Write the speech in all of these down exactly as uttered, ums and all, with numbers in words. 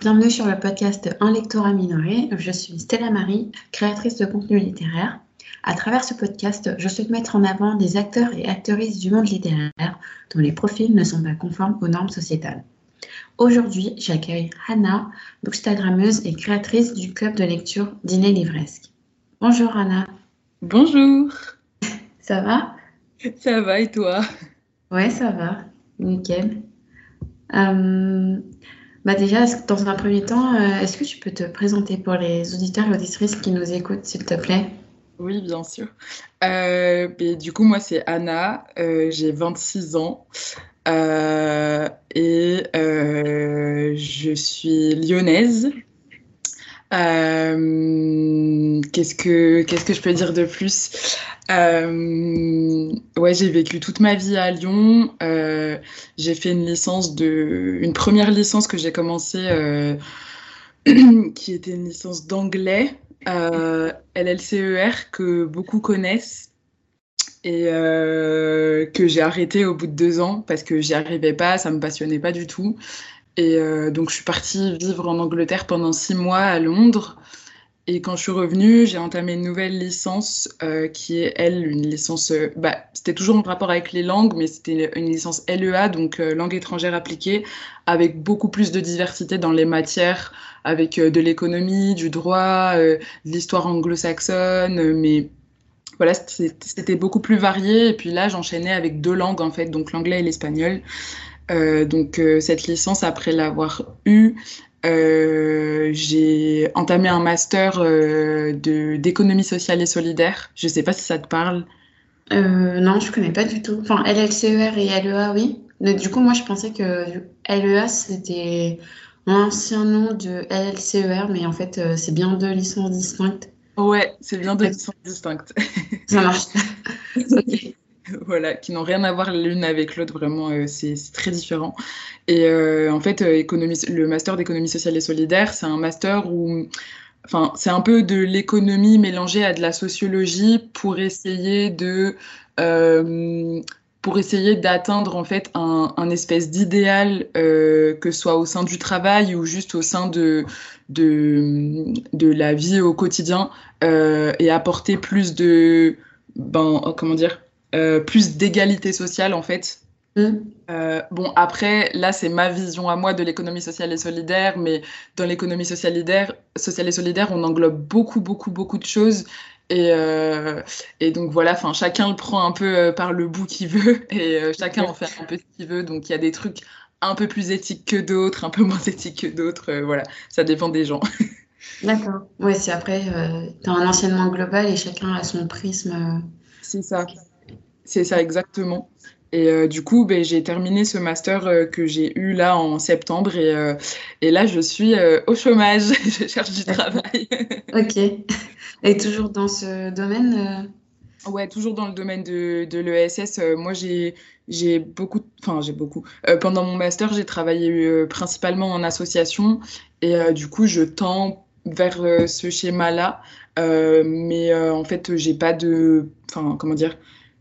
Bienvenue sur le podcast Un lectorat minoré. Je suis Stella Marie, créatrice de contenu littéraire. À travers ce podcast, je souhaite mettre en avant des acteurs et actrices du monde littéraire dont les profils ne sont pas conformes aux normes sociétales. Aujourd'hui, j'accueille Hannah, bookstagrammeuse et créatrice du club de lecture Dîner Livresque. Bonjour Hannah. Bonjour. Ça va? Ça va et toi? Ouais, ça va. Nickel. Euh, bah déjà, est-ce que- dans un premier temps, euh, est-ce que tu peux te présenter pour les auditeurs et auditrices qui nous écoutent, s'il te plaît? Oui, bien sûr. Euh, mais du coup, moi, c'est Anna, euh, j'ai vingt-six ans euh, et euh, je suis lyonnaise. Euh, qu'est-ce que, qu'est-ce que je peux dire de plus? Euh, ouais, j'ai vécu toute ma vie à Lyon. Euh, j'ai fait une licence de, une première licence que j'ai commencé euh, qui était une licence d'anglais, euh, L L C E R, que beaucoup connaissent et euh, que j'ai arrêté au bout de deux ans parce que j'y arrivais pas, ça me passionnait pas du tout. Et euh, donc je suis partie vivre en Angleterre pendant six mois à Londres. Et quand je suis revenue, j'ai entamé une nouvelle licence euh, qui est, elle, une licence... euh, bah, c'était toujours en rapport avec les langues, mais c'était une licence L E A, donc euh, langue étrangère appliquée, avec beaucoup plus de diversité dans les matières, avec euh, de l'économie, du droit, euh, de l'histoire anglo-saxonne, euh, mais voilà, c'était c'était beaucoup plus varié. Et puis là, j'enchaînais avec deux langues, en fait, donc l'anglais et l'espagnol. Euh, donc euh, cette licence, après l'avoir eue, euh, j'ai entamé un master euh, de d'économie sociale et solidaire. Je sais pas si ça te parle. Euh, non, je connais pas du tout. Enfin, L L C E R et L E A, oui. Mais du coup, moi, je pensais que L E A, c'était l'ancien nom de L L C E R, mais en fait, euh, c'est bien deux licences distinctes. Ouais, c'est bien deux Ok, licences distinctes. ça marche. Ok. Voilà, qui n'ont rien à voir l'une avec l'autre, vraiment, euh, c'est c'est très différent. Et euh, en fait, euh, économie, le master d'économie sociale et solidaire, c'est un master où, enfin, c'est un peu de l'économie mélangée à de la sociologie pour essayer de, euh, pour essayer d'atteindre en fait un, un espèce d'idéal, euh, que ce soit au sein du travail ou juste au sein de, de, de la vie au quotidien, euh, et apporter plus de, ben, comment dire, euh, plus d'égalité sociale en fait. Hmm. Euh, bon, après, là, c'est ma vision à moi de l'économie sociale et solidaire, mais dans l'économie solidaire, sociale et solidaire, on englobe beaucoup, beaucoup, beaucoup de choses. Et, euh, et donc voilà, enfin, chacun le prend un peu euh, par le bout qu'il veut et euh, chacun en fait un peu ce qu'il veut. Donc il y a des trucs un peu plus éthiques que d'autres, un peu moins éthiques que d'autres. Euh, voilà, ça dépend des gens. D'accord. Ouais, c'est après, euh, t'as un enseignement global et chacun a son prisme. C'est ça. C'est ça exactement. Et euh, du coup, ben, j'ai terminé ce master euh, que j'ai eu là en septembre et, euh, et là, je suis euh, au chômage. Je cherche du euh, travail. Ok. Et toujours dans ce domaine? Ouais, toujours dans le domaine de, de l'E S S. euh, moi, j'ai j'ai beaucoup, enfin, j'ai beaucoup. Euh, pendant mon master, j'ai travaillé euh, principalement en association et euh, du coup, je tends vers euh, ce schéma-là. Euh, mais euh, en fait, j'ai pas de, enfin, comment dire,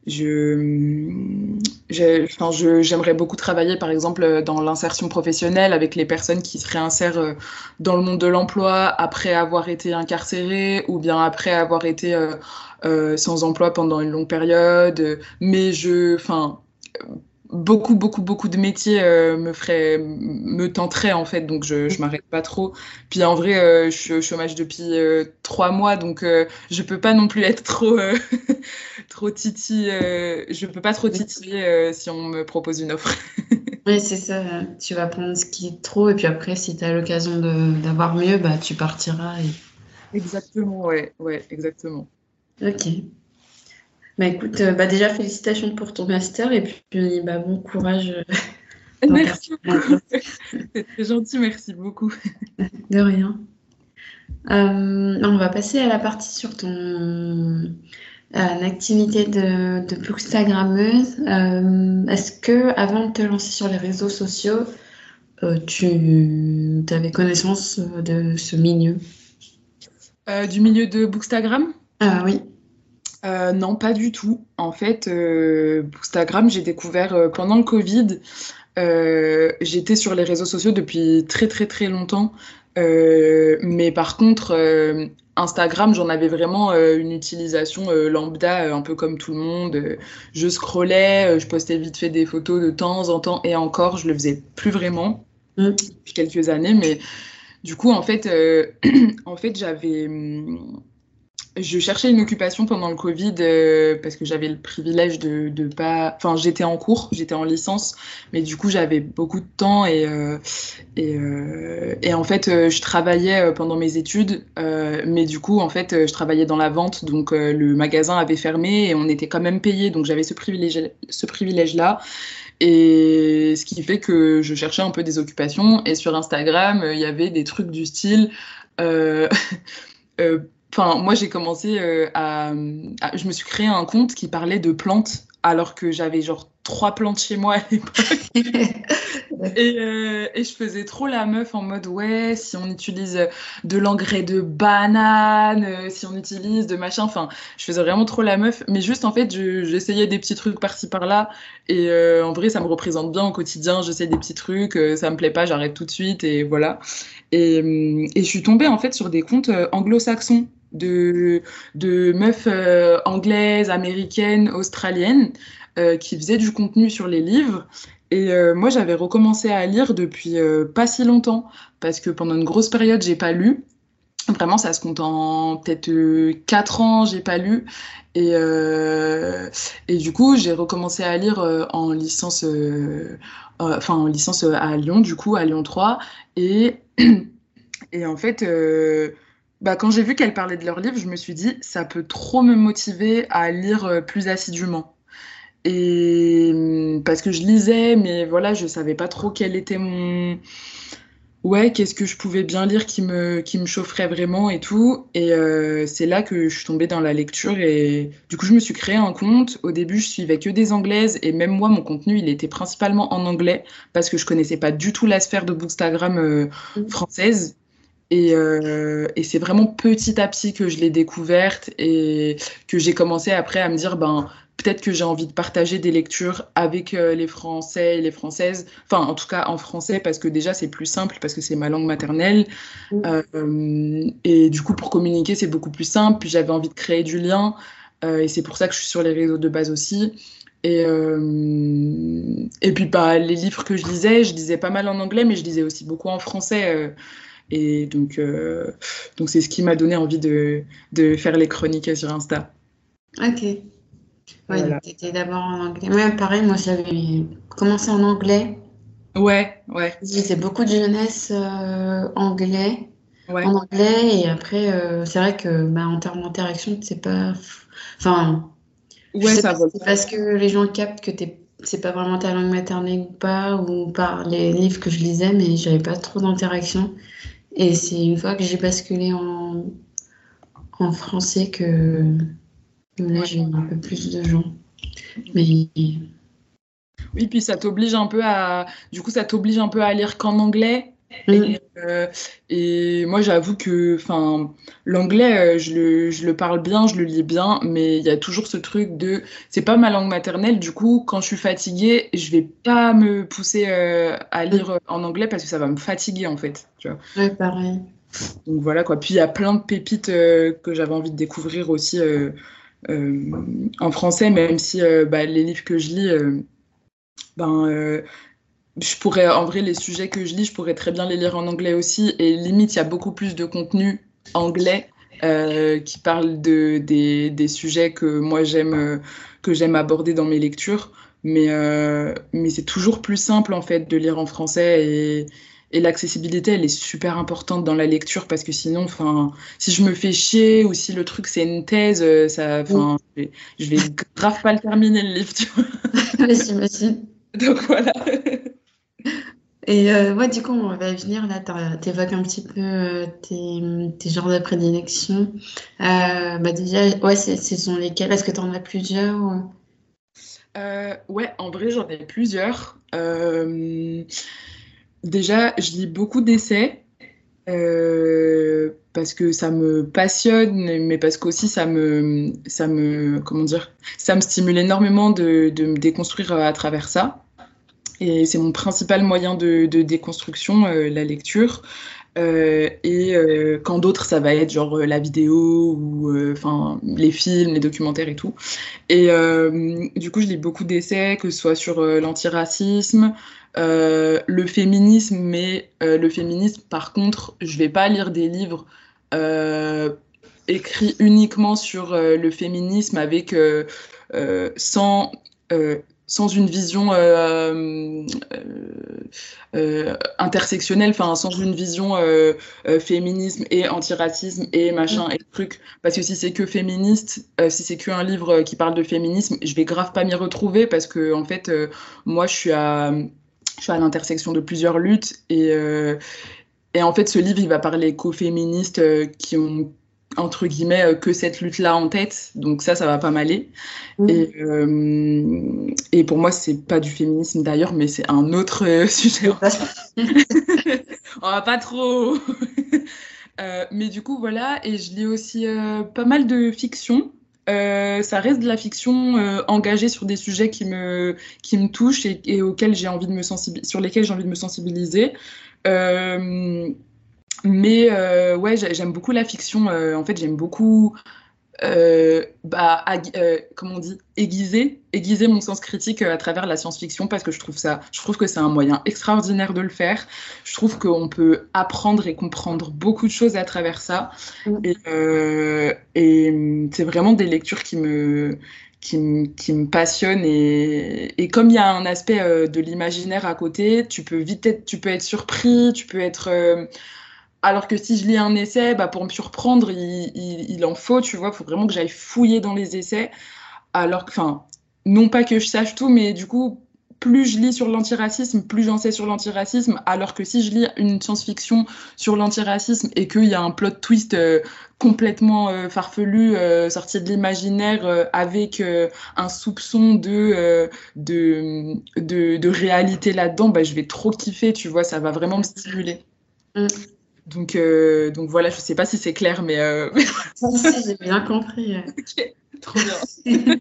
je, j'ai- enfin, je, j'aimerais beaucoup travailler, par exemple, euh, dans l'insertion professionnelle avec les personnes qui se réinsèrent euh, dans le monde de l'emploi après avoir été incarcérées ou bien après avoir été euh, euh, sans emploi pendant une longue période. Mais je, enfin, beaucoup, beaucoup, beaucoup de métiers euh, me feraient, me tenteraient en fait, donc je, je m'arrête pas trop. Puis en vrai, euh, je suis au chômage depuis euh, trois mois, donc euh, je peux pas non plus être trop, euh, trop titi. Euh, je peux pas trop titiller euh, si on me propose une offre. Oui, c'est ça. euh, Tu vas prendre ce qui est trop et puis après, si tu as l'occasion de d'avoir mieux, bah, tu partiras. Exactement, ouais, ouais, exactement. Et... Ok. Bah, écoute, euh, bah, déjà, félicitations pour ton master et puis bah, bon courage euh, dans ta Merci beaucoup. recherche. C'est très gentil, merci beaucoup. De rien. Euh, on va passer à la partie sur ton euh, activité de, de bookstagrammeuse. Euh, est-ce que, avant de te lancer sur les réseaux sociaux, euh, tu avais connaissance euh, de ce milieu? Euh, du milieu de Bookstagram? Ah oui. Euh, non, pas du tout. En fait, euh, Bookstagram, j'ai découvert euh, pendant le Covid. Euh, j'étais sur les réseaux sociaux depuis très très très longtemps, Euh, mais par contre, euh, Instagram, j'en avais vraiment euh, une utilisation euh, lambda, euh, un peu comme tout le monde. Euh, je scrollais, euh, je postais vite fait des photos de temps en temps, et encore, je le faisais plus vraiment Mm. depuis quelques années, mais du coup, en fait, euh, en fait, j'avais, hum, je cherchais une occupation pendant le Covid euh, parce que j'avais le privilège de, de pas. Enfin, j'étais en cours, j'étais en licence, mais du coup, j'avais beaucoup de temps et, euh, et, euh, et en fait, euh, je travaillais euh, pendant mes études, euh, mais du coup, en fait, euh, je travaillais dans la vente, donc euh, le magasin avait fermé et on était quand même payé, donc j'avais ce privilège, ce privilège-là. Et ce qui fait que je cherchais un peu des occupations. Et sur Instagram, euh, il y avait des trucs du style. euh, euh, Enfin, moi, j'ai commencé euh, à, à- Je me suis créé un compte qui parlait de plantes, alors que j'avais genre trois plantes chez moi à l'époque. Et, euh, et je faisais trop la meuf en mode, ouais, si on utilise de l'engrais de banane, euh, si on utilise de machin, enfin, je faisais vraiment trop la meuf. Mais juste, en fait, je- j'essayais des petits trucs par-ci, par-là. Et euh, en vrai, ça me représente bien au quotidien. J'essaie des petits trucs, euh, ça me plaît pas, j'arrête tout de suite, et voilà. Et, hum, et je suis tombée, en fait, sur des comptes euh, anglo-saxons. De, de meufs euh, anglaises, américaines, australiennes, euh, qui faisaient du contenu sur les livres. Et euh, moi, j'avais recommencé à lire depuis euh, pas si longtemps, parce que pendant une grosse période, j'ai pas lu. Vraiment, ça se compte en peut-être euh, quatre ans, j'ai pas lu. Et, euh, et du coup, j'ai recommencé à lire euh, en licence, euh, euh, enfin en licence euh, à Lyon, du coup, à Lyon trois. Et, et en fait, euh, bah, quand j'ai vu qu'elles parlaient de leurs livres, je me suis dit, ça peut trop me motiver à lire euh, plus assidûment. Et hum, parce que je lisais, mais voilà, je savais pas trop quel était mon. Ouais, qu'est-ce que je pouvais bien lire qui me, qui me chaufferait vraiment et tout. Et euh, c'est là que je suis tombée dans la lecture. Et du coup, je me suis créé un compte. Au début, je suivais que des anglaises. Et même moi, mon contenu, il était principalement en anglais parce que je connaissais pas du tout la sphère de Bookstagram euh, française. Et, euh, et c'est vraiment petit à petit que je l'ai découverte et que j'ai commencé après à me dire, ben, peut-être que j'ai envie de partager des lectures avec euh, les Français et les Françaises, enfin, en tout cas en français, parce que déjà, c'est plus simple, parce que c'est ma langue maternelle. Euh, et du coup, pour communiquer, c'est beaucoup plus simple. Puis j'avais envie de créer du lien, euh, et c'est pour ça que je suis sur les réseaux de base aussi. Et, euh, et puis, bah, les livres que je lisais, je lisais pas mal en anglais, mais je lisais aussi beaucoup en français. euh, et donc, euh, donc c'est ce qui m'a donné envie de, de faire les chroniques sur Insta. Ok. Ouais, donc Voilà. tu étais d'abord en anglais. Ouais, pareil, moi j'avais commencé en anglais. Ouais, ouais, Je lisais beaucoup de jeunesse euh, anglais, en ouais. anglais, et après, euh, c'est vrai que bah, en termes d'interaction, c'est pas. Enfin, je Ouais, sais ça pas si vole c'est pas. parce que les gens captent que t'es... c'est pas vraiment ta langue maternelle ou pas, ou par les livres que je lisais, mais j'avais pas trop d'interaction. Et c'est une fois que j'ai basculé en, en français que là Ouais. j'ai eu un peu plus de gens. Mais Oui, puis ça t'oblige un peu à, du coup, ça t'oblige un peu à lire qu'en anglais. hum, Et, euh, et moi, j'avoue que, enfin, l'anglais, euh, je le, je le parle bien, je le lis bien, mais il y a toujours ce truc de, c'est pas ma langue maternelle. Du coup, quand je suis fatiguée, je vais pas me pousser euh, à hum, lire en anglais parce que ça va me fatiguer en fait. Tu vois. ouais, pareil. Donc voilà quoi. Puis il y a plein de pépites euh, que j'avais envie de découvrir aussi euh, euh, en français, même si euh, bah, les livres que je lis, euh, ben euh, je pourrais, en vrai, les sujets que je lis, je pourrais très bien les lire en anglais aussi. Et limite, il y a beaucoup plus de contenu anglais euh, qui parle de, des, des sujets que moi j'aime euh, que j'aime aborder dans mes lectures. Mais, euh, mais c'est toujours plus simple en fait de lire en français et, et l'accessibilité, elle est super importante dans la lecture parce que sinon, enfin, si je me fais chier ou si le truc c'est une thèse, euh, ça, Hum. enfin, je vais, je vais grave pas le terminer le livre, tu vois. Ouais, j'imagine. Donc voilà. Et euh, ouais, du coup, on va venir là, t'as- t'évoques un petit peu euh, tes, tes genres de prédilection. Euh, bah déjà, ouais, c'est- ce sont lesquels? Est-ce que tu en as plusieurs? ou- Euh, ouais, en vrai, j'en ai plusieurs. Euh, déjà, je lis beaucoup d'essais euh, parce que ça me passionne, mais parce qu'aussi ça me, ça me, comment dire, ça me stimule énormément de, de me déconstruire à travers ça. Et c'est mon principal moyen de, de déconstruction, euh, la lecture. Euh, et euh, quand d'autres, ça va être genre euh, la vidéo ou enfin les films, les documentaires et tout. Et euh, du coup, je lis beaucoup d'essais, que ce soit sur euh, l'antiracisme, euh, le féminisme, mais euh, le féminisme, par contre, je vais pas lire des livres euh, écrits uniquement sur euh, le féminisme avec euh, euh, sans euh, sans une vision euh, euh, euh, intersectionnelle, enfin sans une vision euh, euh, féminisme et antiracisme et machin et truc. Parce que si c'est que féministe, euh, si c'est qu'un livre qui parle de féminisme, je vais grave pas m'y retrouver parce que en fait, euh, moi je suis à je suis à l'intersection de plusieurs luttes et euh, et en fait ce livre il va parler qu'aux féministes euh, qui ont entre guillemets euh, que cette lutte-là en tête, donc ça, ça va pas m'aller. Mmh. Et, euh, et pour moi, c'est pas du féminisme d'ailleurs, mais c'est un autre euh, sujet. On va pas trop. euh, mais du coup, voilà. Et je lis aussi euh, pas mal de fiction. Euh, ça reste de la fiction euh, engagée sur des sujets qui me, qui me touchent et, et auxquels j'ai envie de me sensibiliser, sur lesquels j'ai envie de me sensibiliser. Euh, mais euh, ouais, j'aime beaucoup la fiction. Euh, en fait, j'aime beaucoup euh, bah, euh, comment on dit, aiguiser, aiguiser mon sens critique à travers la science-fiction parce que je trouve ça, je trouve que c'est un moyen extraordinaire de le faire. Je trouve qu'on peut apprendre et comprendre beaucoup de choses à travers ça. Mmh. Et, euh, et c'est vraiment des lectures qui me, qui me, qui me passionnent. Et, et comme il y a un aspect euh, de l'imaginaire à côté, tu peux vite être, tu peux être surpris, tu peux être... Euh, alors que si je lis un essai, bah, pour me surprendre, il, il, il en faut, tu vois, il faut vraiment que j'aille fouiller dans les essais. Alors que, enfin, non pas que je sache tout, mais du coup, plus je lis sur l'antiracisme, plus j'en sais sur l'antiracisme. Alors que si je lis une science-fiction sur l'antiracisme et qu'il y a un plot twist euh, complètement euh, farfelu, euh, sorti de l'imaginaire, euh, avec euh, un soupçon de, euh, de, de, de réalité là-dedans, bah, je vais trop kiffer, tu vois, ça va vraiment me stimuler. Mmh. Donc, euh, donc voilà, je sais pas si c'est clair, mais... Euh... Si, si, j'ai bien compris. Ok, trop bien.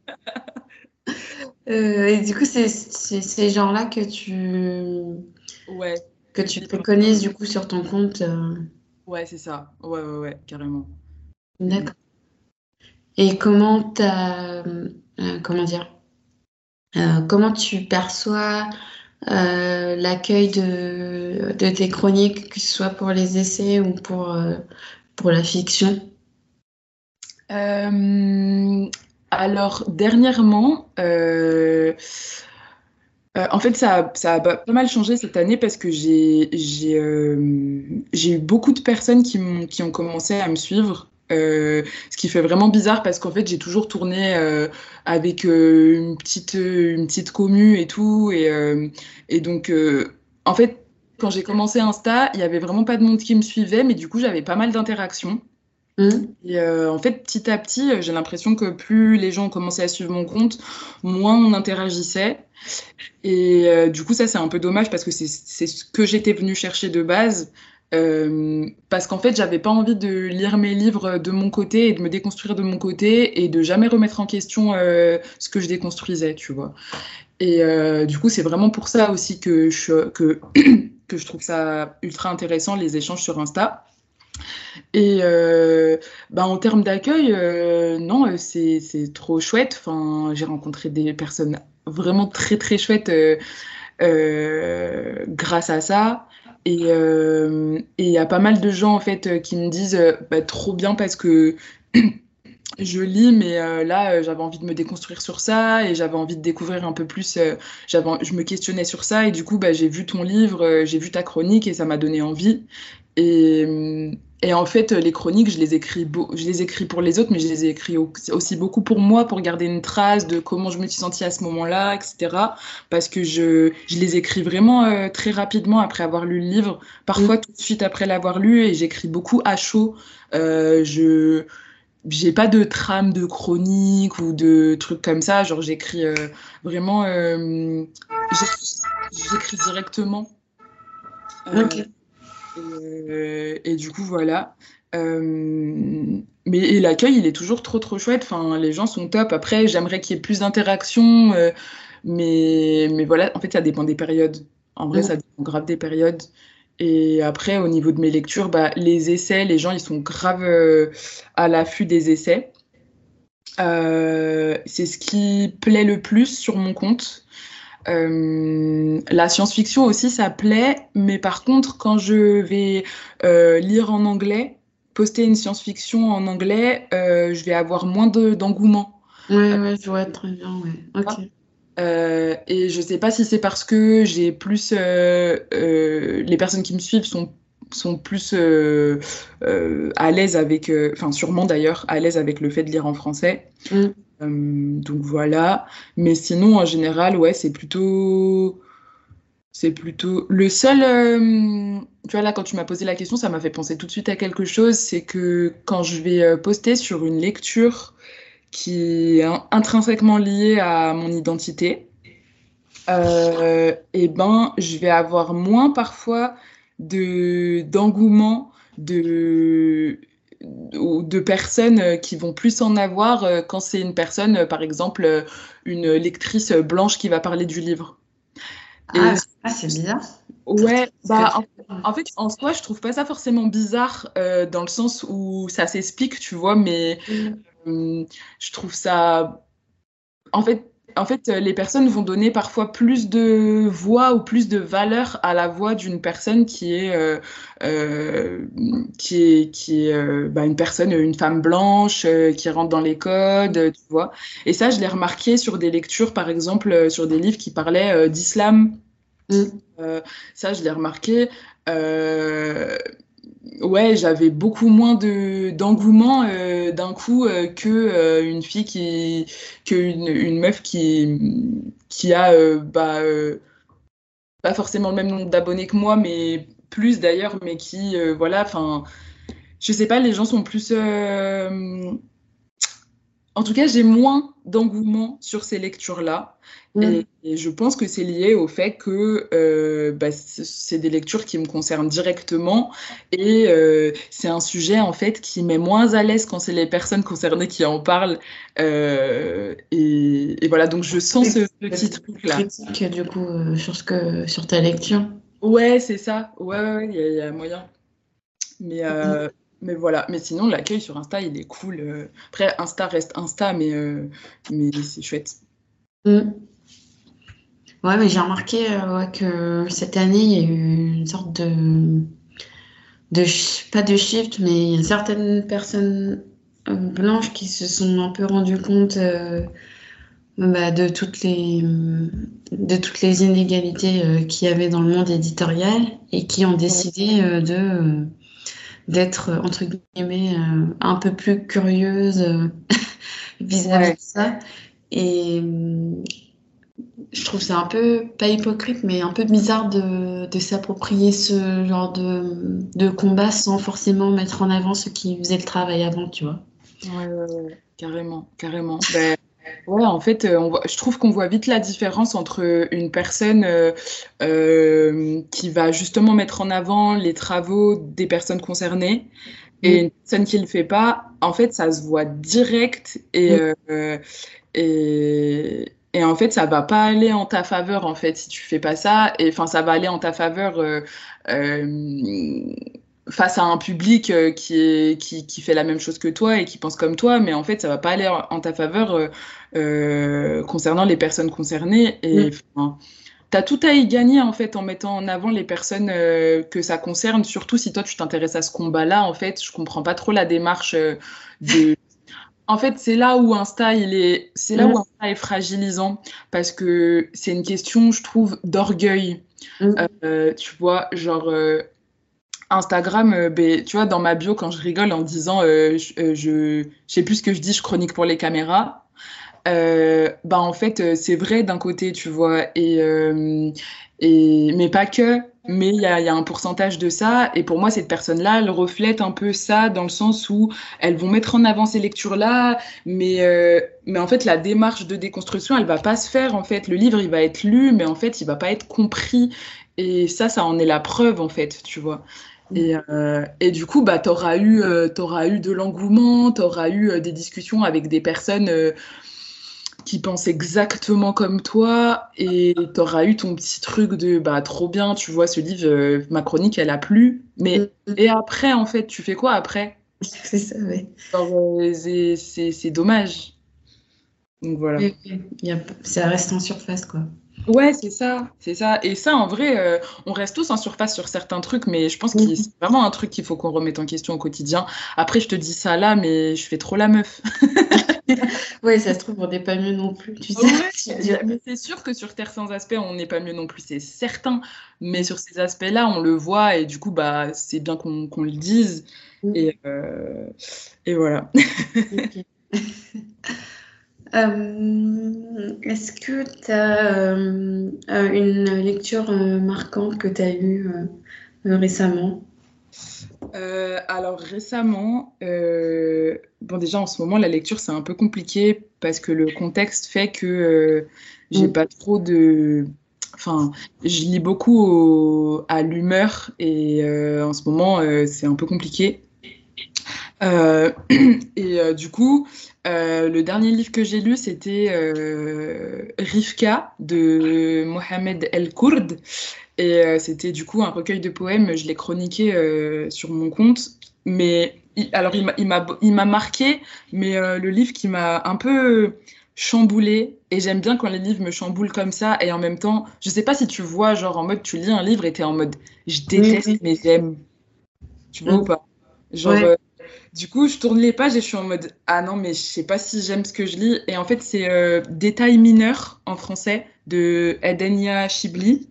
euh, et du coup, c'est ces genres-là que tu, ouais. que tu préconises du coup sur ton compte. Euh... Ouais, c'est ça. Ouais, ouais, ouais, carrément. D'accord. Et comment t'as... Euh, comment dire euh, comment tu perçois euh, l'accueil de, de tes chroniques, que ce soit pour les essais ou pour, euh, pour la fiction? Euh, alors, dernièrement, euh, euh, en fait, ça, a- ça a pas mal changé cette année parce que j'ai j'ai euh, j'ai eu beaucoup de personnes qui m'ont qui ont commencé à me suivre. Euh, ce qui fait vraiment bizarre parce qu'en fait j'ai toujours tourné euh, avec euh, une petite une petite commu et tout et euh, et donc euh, en fait quand j'ai commencé Insta il y avait vraiment pas de monde qui me suivait mais du coup j'avais pas mal d'interactions. Hum. Et euh, en fait, petit à petit, euh, j'ai l'impression que plus les gens ont commencé à suivre mon compte, moins on interagissait. Et euh, du coup, ça, c'est un peu dommage parce que c'est c'est ce que j'étais venue chercher de base. Euh, parce qu'en fait, j'avais pas envie de lire mes livres de mon côté et de me déconstruire de mon côté et de jamais remettre en question euh, ce que je déconstruisais, tu vois. Et euh, du coup, c'est vraiment pour ça aussi que je, que, que je trouve ça ultra intéressant, les échanges sur Insta. Et euh, bah, en termes d'accueil, euh, non, euh, c'est, c'est trop chouette. Enfin, j'ai rencontré des personnes vraiment très très chouettes euh, euh, grâce à ça. Et euh, et il y a pas mal de gens en fait euh, qui me disent euh, bah, trop bien parce que je lis, mais euh, là euh, j'avais envie de me déconstruire sur ça et j'avais envie de découvrir un peu plus. Euh, j'avais, je me questionnais sur ça et du coup bah, j'ai vu ton livre, euh, j'ai vu ta chronique et ça m'a donné envie. Et, euh, et en fait, les chroniques, je les écris, beau- je les écris pour les autres, mais je les écris au- aussi beaucoup pour moi, pour garder une trace de comment je me suis sentie à ce moment-là, et cetera. Parce que je, je les écris vraiment euh, très rapidement après avoir lu le livre, Hum. parfois tout de suite après l'avoir lu, et j'écris beaucoup à chaud. Euh, je j'ai pas de trame de chronique ou de trucs comme ça. Genre, j'écris euh, vraiment. Euh, j'écris j'écris directement. Euh, Ok. et, euh, et du coup, voilà. Euh, mais et l'accueil, il est toujours trop trop chouette. Enfin, les gens sont top. Après, j'aimerais qu'il y ait plus d'interaction. Euh, Mais, mais voilà, en fait, ça dépend des périodes. En vrai, Mm. ça dépend grave des périodes. Et après, au niveau de mes lectures, bah, les essais, les gens, ils sont grave euh, à l'affût des essais. Euh, c'est ce qui plaît le plus sur mon compte. Euh, la science-fiction aussi, ça plaît, mais par contre, quand je vais euh, lire en anglais, poster une science-fiction en anglais, euh, je vais avoir moins de, d'engouement. Ouais, ouais, je vois très bien, ouais. Ok. Euh, et je sais pas si c'est parce que j'ai plus euh, euh, les personnes qui me suivent sont sont plus euh, euh, à l'aise avec, euh, enfin sûrement d'ailleurs à l'aise avec le fait de lire en français. Mm. Euh, donc voilà. Mais sinon en général, ouais, c'est plutôt c'est plutôt le seul. Euh, tu vois là quand tu m'as posé la question, ça m'a fait penser tout de suite à quelque chose, c'est que quand je vais euh, poster sur une lecture qui est in- intrinsèquement liée à mon identité euh, et ben, je vais avoir moins parfois de d'engouement de ou de personnes euh, qui vont plus en avoir euh, quand c'est une personne, euh, par exemple, euh, une lectrice blanche qui va parler du livre. Et Ah, ah, c'est bizarre. ouais, Ce que bah tu en, en fait, en soi, je trouve pas ça forcément bizarre euh, dans le sens où ça s'explique, tu vois, mais Mm. euh, je trouve ça En fait, en fait, euh, les personnes vont donner parfois plus de voix ou plus de valeur à la voix d'une personne qui est, euh, euh, qui est, qui est euh, bah, une personne, une femme blanche, euh, qui rentre dans les codes, euh, tu vois. Et ça, je l'ai remarqué sur des lectures, par exemple, euh, sur des livres qui parlaient euh, d'islam. Mm. Euh, ça, je l'ai remarqué. Euh, Ouais, j'avais beaucoup moins de d'engouement euh, d'un coup euh, que euh, une fille qui que une, une meuf qui qui a euh, bah euh, pas forcément le même nombre d'abonnés que moi mais plus d'ailleurs mais qui euh, voilà enfin je sais pas les gens sont plus euh, en tout cas, j'ai moins d'engouement sur ces lectures-là. Et, Mm. et je pense que c'est lié au fait que euh, bah, c- c'est des lectures qui me concernent directement. Et euh, c'est un sujet, en fait, qui met moins à l'aise quand c'est les personnes concernées qui en parlent. Euh, et, et voilà, donc je sens Oui, ce parce petit que tu truc-là. critiques du coup euh, sur ce que sur ta lecture. Ouais, c'est ça. Ouais, ouais, ouais, il y, a il y a moyen. Mais, Mm. euh, mais voilà. Mais sinon, l'accueil sur Insta, il est cool. euh. Après, Insta reste Insta, mais, euh, mais c'est chouette. Mm. Ouais, mais j'ai remarqué euh, ouais, que cette année, il y a eu une sorte de, de sh- pas de shift, mais il y a certaines personnes euh, blanches qui se sont un peu rendues compte euh, bah, de toutes les, de toutes les inégalités euh, qu'il y avait dans le monde éditorial et qui ont décidé euh, de, euh, d'être, euh, entre guillemets, euh, un peu plus curieuses euh, vis-à-vis de Ouais. ça. Et, je trouve c'est un peu, pas hypocrite, mais un peu bizarre de, de s'approprier ce genre de, de combat sans forcément mettre en avant ceux qui faisaient le travail avant, tu vois. Ouais, ouais, ouais, carrément, carrément. Ben, ouais, en fait, euh, on voit- je trouve qu'on voit vite la différence entre une personne euh, euh, qui va justement mettre en avant les travaux des personnes concernées et Mm, une personne qui le fait pas. En fait, ça se voit direct et, mm, euh, et, et en fait, ça va pas aller en ta faveur en fait si tu fais pas ça. Et enfin, ça va aller en ta faveur. Euh, euh, face à un public euh, qui est qui, qui fait la même chose que toi et qui pense comme toi, mais en fait ça va pas aller en, en ta faveur euh, euh, concernant les personnes concernées et mm. enfin, t'as tout à y gagner en fait en mettant en avant les personnes euh, que ça concerne, surtout si toi tu t'intéresses à ce combat-là. En fait, je comprends pas trop la démarche euh, de. En fait, c'est là où Insta il est, c'est là où Mm, Insta est fragilisant parce que c'est une question, je trouve, d'orgueil. mm. Euh, tu vois, genre. euh, Instagram, euh, ben, tu vois, dans ma bio, quand je rigole en disant euh, je, euh, je, je sais plus ce que je dis, je chronique pour les caméras, euh, bah en fait, euh, c'est vrai d'un côté, tu vois, et, euh, et, mais pas que, mais il y a, il y a un pourcentage de ça, et pour moi, cette personne-là, elle reflète un peu ça dans le sens où elles vont mettre en avant ces lectures-là, mais, euh, mais en fait, la démarche de déconstruction, elle va pas se faire, en fait. Le livre, il va être lu, mais en fait, il va pas être compris, et ça, ça en est la preuve, en fait, tu vois. Et, euh, et du coup, bah, t'auras eu, euh, t'auras eu de l'engouement, t'auras eu euh, des discussions avec des personnes, euh, qui pense exactement comme toi et t'auras eu ton petit truc de bah trop bien, tu vois, ce livre, euh, ma chronique, elle a plu. Mais Mm. et après, en fait, tu fais quoi après? C'est ça, ouais. Genre, euh, c'est c'est- c'est dommage. Donc voilà. Oui, oui. Il y a- ça reste en surface, quoi. Ouais, c'est ça, c'est ça. Et ça, en vrai, euh, on reste tous en surface sur certains trucs, mais je pense que Mm. c'est vraiment un truc qu'il faut qu'on remette en question au quotidien. Après, je te dis ça là, mais je fais trop la meuf. Ouais, ça se trouve, on n'est pas mieux non plus, tu sais. Ouais, mais mais c'est sûr que sur certains aspects, on n'est pas mieux non plus, c'est certain. Mais sur ces aspects-là, on le voit et du coup, bah, c'est bien qu'on qu'on le dise. Mm. Et, euh, et voilà. Ok. Euh, est-ce que tu as une lecture euh, marquante que tu as eue euh, euh, récemment? Euh, alors récemment, euh, bon déjà en ce moment, la lecture, c'est un peu compliqué parce que le contexte fait que euh, j'ai Mm. pas trop de... Enfin, je lis beaucoup au- à l'humeur et euh, en ce moment, euh, c'est un peu compliqué. Euh, et euh, du coup, euh, le dernier livre que j'ai lu, c'était euh, Rivka de Mohamed El-Kourd. Et euh, c'était du coup un recueil de poèmes. Je l'ai chroniqué euh, sur mon compte. Mais il- alors, il m'a, il m'a, il m'a marqué, mais euh, le livre qui m'a un peu chamboulé. Et j'aime bien quand les livres me chamboulent comme ça. Et en même temps, je sais pas si tu vois, genre en mode, tu lis un livre et t'es en mode, je Oui, déteste, oui. mais j'aime. Tu vois ou Mm. pas? Genre, Ouais. euh, du coup, je tourne les pages et je suis en mode ah non, mais je sais pas si j'aime ce que je lis. Et en fait, c'est euh, Détails mineurs en français de Edenia Shibli.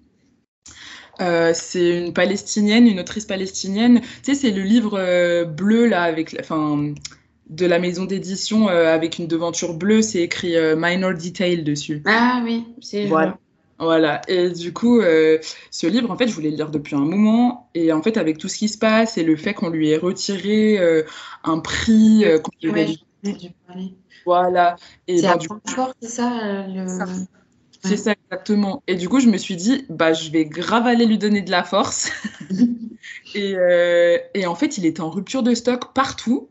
Euh, c'est une palestinienne, une autrice palestinienne. Tu sais, c'est le livre euh, bleu là, avec, la- enfin, de la maison d'édition euh, avec une devanture bleue. C'est écrit euh, Minor Detail dessus. Ah oui, c'est je Voilà. vois. Voilà. Et du coup, euh, ce livre, en fait, je voulais le lire depuis un moment. Et en fait, avec tout ce qui se passe et le fait qu'on lui ait retiré euh, un prix, Oui, euh, qu'on lui ouais, ait... j'en ai dû parler. Voilà. Et C'est ben, à du coup, Francfort, c'est ça, euh, ça. le... C'est Ouais. ça exactement. Et du coup, je me suis dit, bah, je vais grave aller lui donner de la force. Et, euh, et en fait, il était en rupture de stock partout.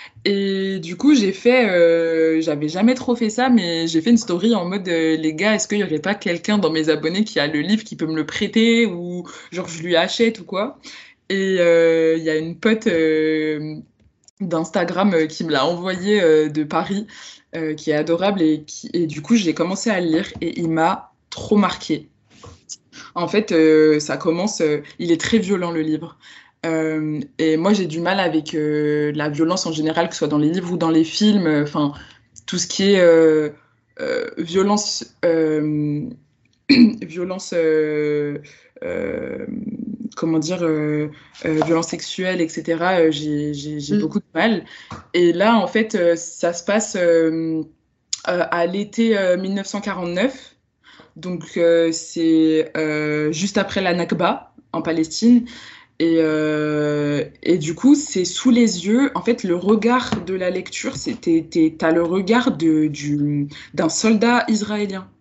Et du coup, j'ai fait, euh, j'avais jamais trop fait ça, mais j'ai fait une story en mode, euh, les gars, est-ce qu'il y aurait pas quelqu'un dans mes abonnés qui a le livre qui peut me le prêter ou genre je lui achète ou quoi? Et euh, il y a une pote euh, d'Instagram euh, qui me l'a envoyé euh, de Paris, euh, qui est adorable et, qui, et du coup, j'ai commencé à le lire et il m'a trop marqué. En fait, euh, ça commence. Euh, il est très violent le livre. Euh, et moi, j'ai du mal avec euh, la violence en général, que ce soit dans les livres ou dans les films. euh, Enfin, tout ce qui est euh, euh, violence, euh, violence, euh, euh, comment dire, euh, euh, violence sexuelle, et cetera. euh, j'ai, j'ai, j'ai Mm. beaucoup de mal. Et là, en fait, euh, ça se passe euh, euh, à l'été euh, mille neuf cent quarante-neuf. Donc, euh, c'est euh, juste après la Nakba en Palestine. Et, euh, et du coup, c'est sous les yeux. En fait, le regard de la lecture, c'est t'es- t'es- t'as le regard de, du, d'un soldat israélien.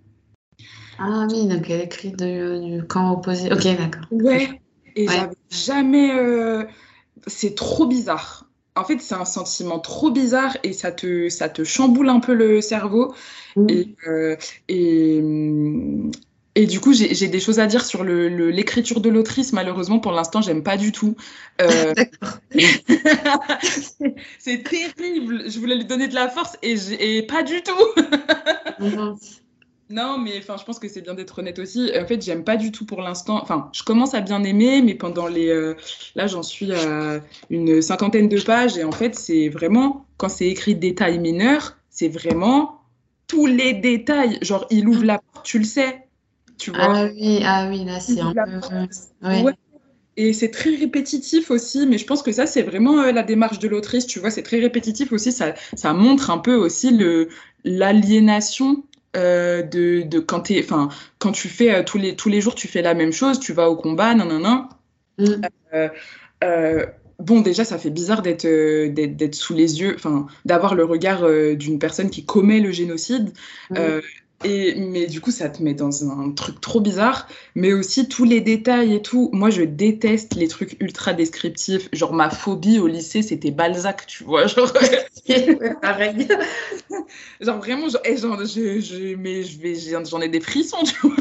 Ah oui, donc elle écrit de- du camp opposé. Ok, d'accord. Je- Ouais. Et Ouais. j'avais jamais. euh, C'est trop bizarre. En fait, c'est un sentiment trop bizarre et ça te, ça te chamboule un peu le cerveau. Et, Mm. euh, et, hum, et du coup, j'ai j'ai des choses à dire sur le, le- l'écriture de l'autrice. Malheureusement, pour l'instant, j'aime pas du tout. Euh, D'accord. c'est terrible. Je voulais lui donner de la force et, j'ai- et pas du tout. Mince. Non, mais enfin, je pense que c'est bien d'être honnête aussi. En fait, j'aime pas du tout pour l'instant. Enfin, je commence à bien aimer, mais pendant les, euh, là, j'en suis à une cinquantaine de pages et en fait, c'est vraiment quand c'est écrit détails mineurs, c'est vraiment tous les détails. Genre, il ouvre la porte, tu le sais, tu vois. Ah oui, ah oui, là Il c'est ouvre un la peu. porte. Ouais. Ouais. Et c'est très répétitif aussi, mais je pense que ça, c'est vraiment euh, la démarche de l'autrice, tu vois, c'est très répétitif aussi, ça, ça montre un peu aussi le, l'aliénation euh, de, de quand t'es, enfin, quand tu fais euh, tous les, tous les jours, tu fais la même chose, tu vas au combat, nanana. Mm. Euh, euh, bon, déjà, ça fait bizarre d'être, euh, d'être, d'être sous les yeux, enfin, d'avoir le regard euh, d'une personne qui commet le génocide. Mm. Euh, Et, mais du coup, ça te met dans un truc trop bizarre. Mais aussi, tous les détails et tout. Moi, je déteste les trucs ultra descriptifs. Genre, ma phobie au lycée, c'était Balzac, tu vois. Genre, Ouais, pareil. genre vraiment, genre, et genre, je, je, mais je vais, j'ai- j'en ai des frissons, tu vois.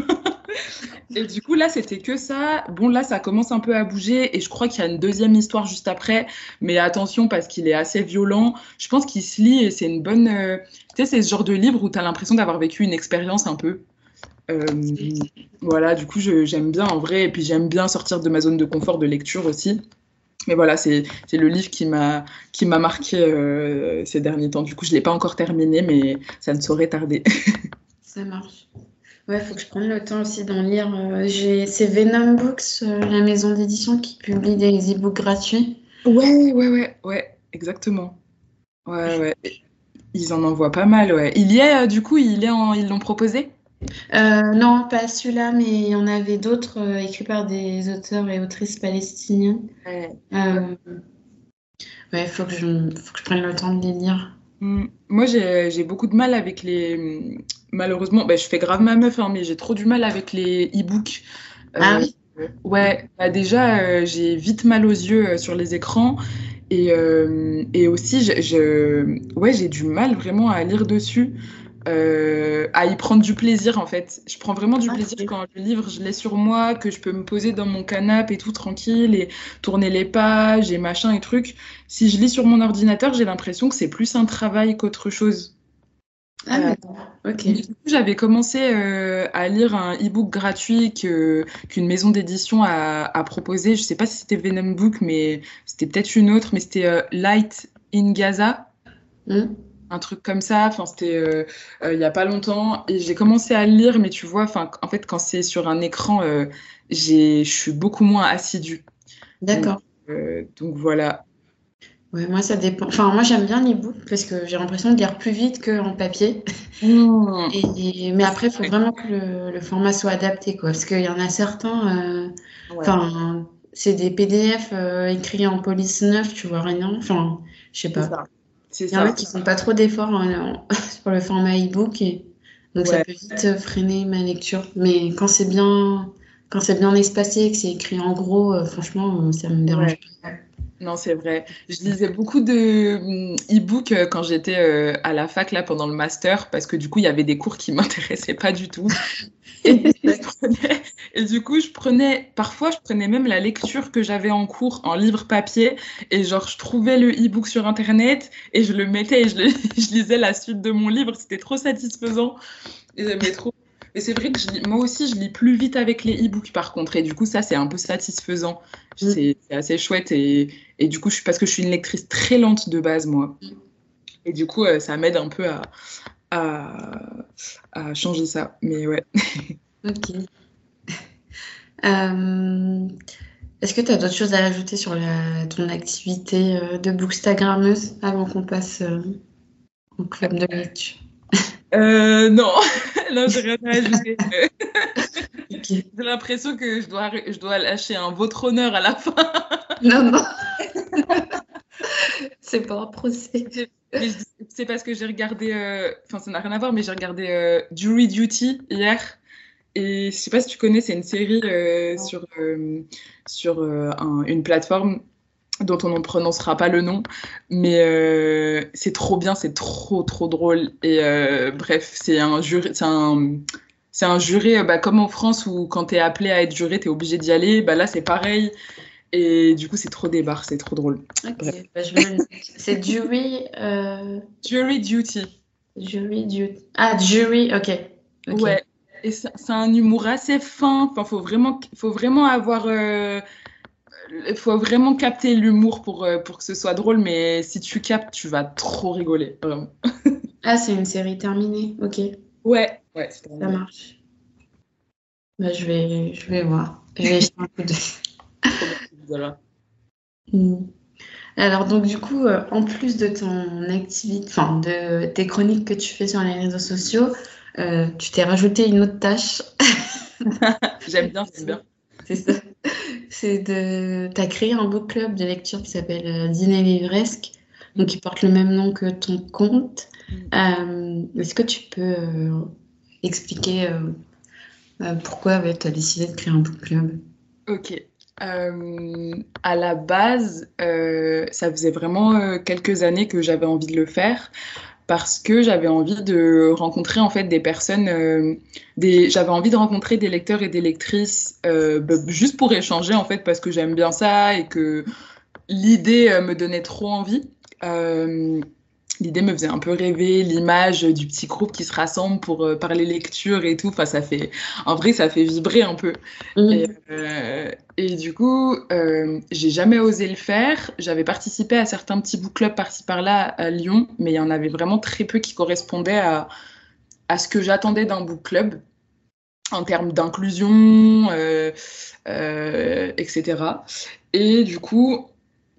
Et du coup, là, c'était que ça. Bon, là, ça commence un peu à bouger. Et je crois qu'il y a une deuxième histoire juste après. Mais attention, parce qu'il est assez violent. Je pense qu'il se lit et c'est une bonne. euh, Tu sais, c'est ce genre de livre où tu as l'impression d'avoir vécu une expérience un peu. Euh, voilà, du coup, je- j'aime bien en vrai. Et puis, j'aime bien sortir de ma zone de confort de lecture aussi. Mais voilà, c'est c'est le livre qui m'a qui m'a marqué euh, ces derniers temps. Du coup, je ne l'ai pas encore terminé, mais ça ne saurait tarder. Ça marche. Ouais, faut que je prenne le temps aussi d'en lire. Euh, j'ai... C'est Venom Books, euh, la maison d'édition, qui publie des e-books gratuits. Ouais, ouais, ouais, ouais, exactement. Ouais, ouais. Ils en envoient pas mal, ouais. Il y est, euh, du coup, il est en... ils l'ont proposé? Euh, non, pas celui-là, mais il y en avait d'autres euh, écrits par des auteurs et autrices palestiniens. Ouais. Ouais. Euh, ouais, faut que je... faut que je prenne le temps de les lire. Mm. Moi, j'ai j'ai beaucoup de mal avec les... Malheureusement, bah, je fais grave ma meuf, hein, mais j'ai trop du mal avec les e-books. Ah Euh, oui? ouais, bah, déjà, euh, j'ai vite mal aux yeux euh, sur les écrans. Et, euh, et aussi, je, je- ouais, j'ai du mal vraiment à lire dessus. Euh, à y prendre du plaisir en fait. Je prends vraiment du Ah, plaisir c'est- quand le livre, je l'ai sur moi, que je peux me poser dans mon canapé et tout tranquille et tourner les pages et machin et trucs. Si je lis sur mon ordinateur, j'ai l'impression que c'est plus un travail qu'autre chose. ah, Euh, d'accord. Ok. du coup, j'avais commencé euh, à lire un e-book gratuit que, qu'une maison d'édition a, a proposé. Je sais pas si c'était Venom Book, mais c'était peut-être une autre, mais c'était euh, Light in Gaza, Hmm. un truc comme ça. Enfin, c'était euh, euh, il y a pas longtemps et j'ai commencé à le lire, mais tu vois, enfin, en fait, quand c'est sur un écran, euh, j'ai, je suis beaucoup moins assidue. Donc, D'accord. euh, donc voilà. Ouais, moi, ça dépend. Enfin, moi, j'aime bien l'e-book parce que j'ai l'impression de lire plus vite qu'en papier. Mmh. Et... Mais après, il faut vraiment que le, le format soit adapté, quoi. Parce qu'il y en a certains, euh, Ouais, enfin, c'est des P D F euh, écrits en police neuf, tu vois, rien. Enfin, je sais c'est pas. ça. C'est Il y en a ça. qui font pas trop d'efforts en- en- sur le format e-book et donc ça Ouais. peut vite euh, freiner ma lecture. Mais quand c'est bien, quand c'est bien espacé et que c'est écrit en gros, euh, franchement, euh, ça me dérange Ouais. pas. Non, c'est vrai. Je lisais beaucoup de hum, e-books euh, quand j'étais euh, à la fac là pendant le master parce que du coup il y avait des cours qui m'intéressaient pas du tout et du coup je prenais et du coup je prenais parfois je prenais même la lecture que j'avais en cours en livre papier et genre je trouvais le e-book sur internet et je le mettais et je, le- je lisais la suite de mon livre. C'était trop satisfaisant et j'aimais trop. Et c'est vrai que je lis- moi aussi, je lis plus vite avec les e-books par contre. Et du coup, ça, c'est un peu satisfaisant. Mm. C'est c'est assez chouette. Et, et du coup, je suis, parce que je suis une lectrice très lente de base, moi. Et du coup, euh, ça m'aide un peu à, à, à changer ça. Mais ouais. Ok. Euh, Est-ce que tu as d'autres choses à ajouter sur la, ton activité euh, de bookstagrammeuse avant qu'on passe euh, au club de lecture? Euh, non, non, j'ai rien à ajouter. Ok. J'ai l'impression que je dois, je dois lâcher un votre honneur à la fin. Non, non, c'est pas un procès. Mais je dis- c'est parce que j'ai regardé, euh, enfin ça n'a rien à voir, mais j'ai regardé euh, Jury Duty hier. Et je sais pas si tu connais, c'est une série euh, sur, euh, sur euh, un- une plateforme dont on ne prononcera pas le nom, mais euh, c'est trop bien, c'est trop trop drôle. Et euh, bref, c'est un jury, c'est un, c'est un jury, euh, bah, comme en France où quand t'es appelé à être juré, t'es obligé d'y aller. Bah là, c'est pareil. Et du coup, c'est trop débarre, c'est trop drôle. Ok, Bref. bah, je me le note. C'est jury, euh, Jury Duty. jury, du... Ah, jury, ok, ok. Ouais. Et c'est c'est un humour assez fin. Enfin, faut vraiment, faut vraiment avoir euh, il faut vraiment capter l'humour pour, euh, pour que ce soit drôle, mais si tu captes, tu vas trop rigoler, vraiment. Ah, c'est une série terminée, ok, Ouais, ouais, c'est ça terminé. marche. Bah, je vais, je vais voir. Je vais jeter un coup d'œil. Trop bien, voilà. Hmm. Alors, donc, du coup, euh, en plus de ton activité, enfin, de tes chroniques que tu fais sur les réseaux sociaux, euh, tu t'es rajouté une autre tâche. J'aime bien, j'aime bien. C'est ça. C'est de... Tu as créé un book club de lecture qui s'appelle euh, Dîner livresque, donc qui porte le même nom que ton compte. Euh, est-ce que tu peux euh, expliquer euh, euh, pourquoi ouais, tu as décidé de créer un book club. Ok. Euh, à la base, euh, ça faisait vraiment euh, quelques années que j'avais envie de le faire parce que j'avais envie de rencontrer en fait des personnes, euh, des... j'avais envie de rencontrer des lecteurs et des lectrices euh, bah, juste pour échanger en fait parce que j'aime bien ça et que l'idée euh, me donnait trop envie. Euh, L'idée me faisait un peu rêver, l'image du petit groupe qui se rassemble pour euh, parler lecture et tout. Enfin, ça fait, en vrai, ça fait vibrer un peu. Et, Mmh. euh, et du coup, euh, j'ai jamais osé le faire. J'avais participé à certains petits book clubs par-ci par-là à Lyon, mais il y en avait vraiment très peu qui correspondaient à, à ce que j'attendais d'un book club en termes d'inclusion, euh, euh, et cetera. Et du coup,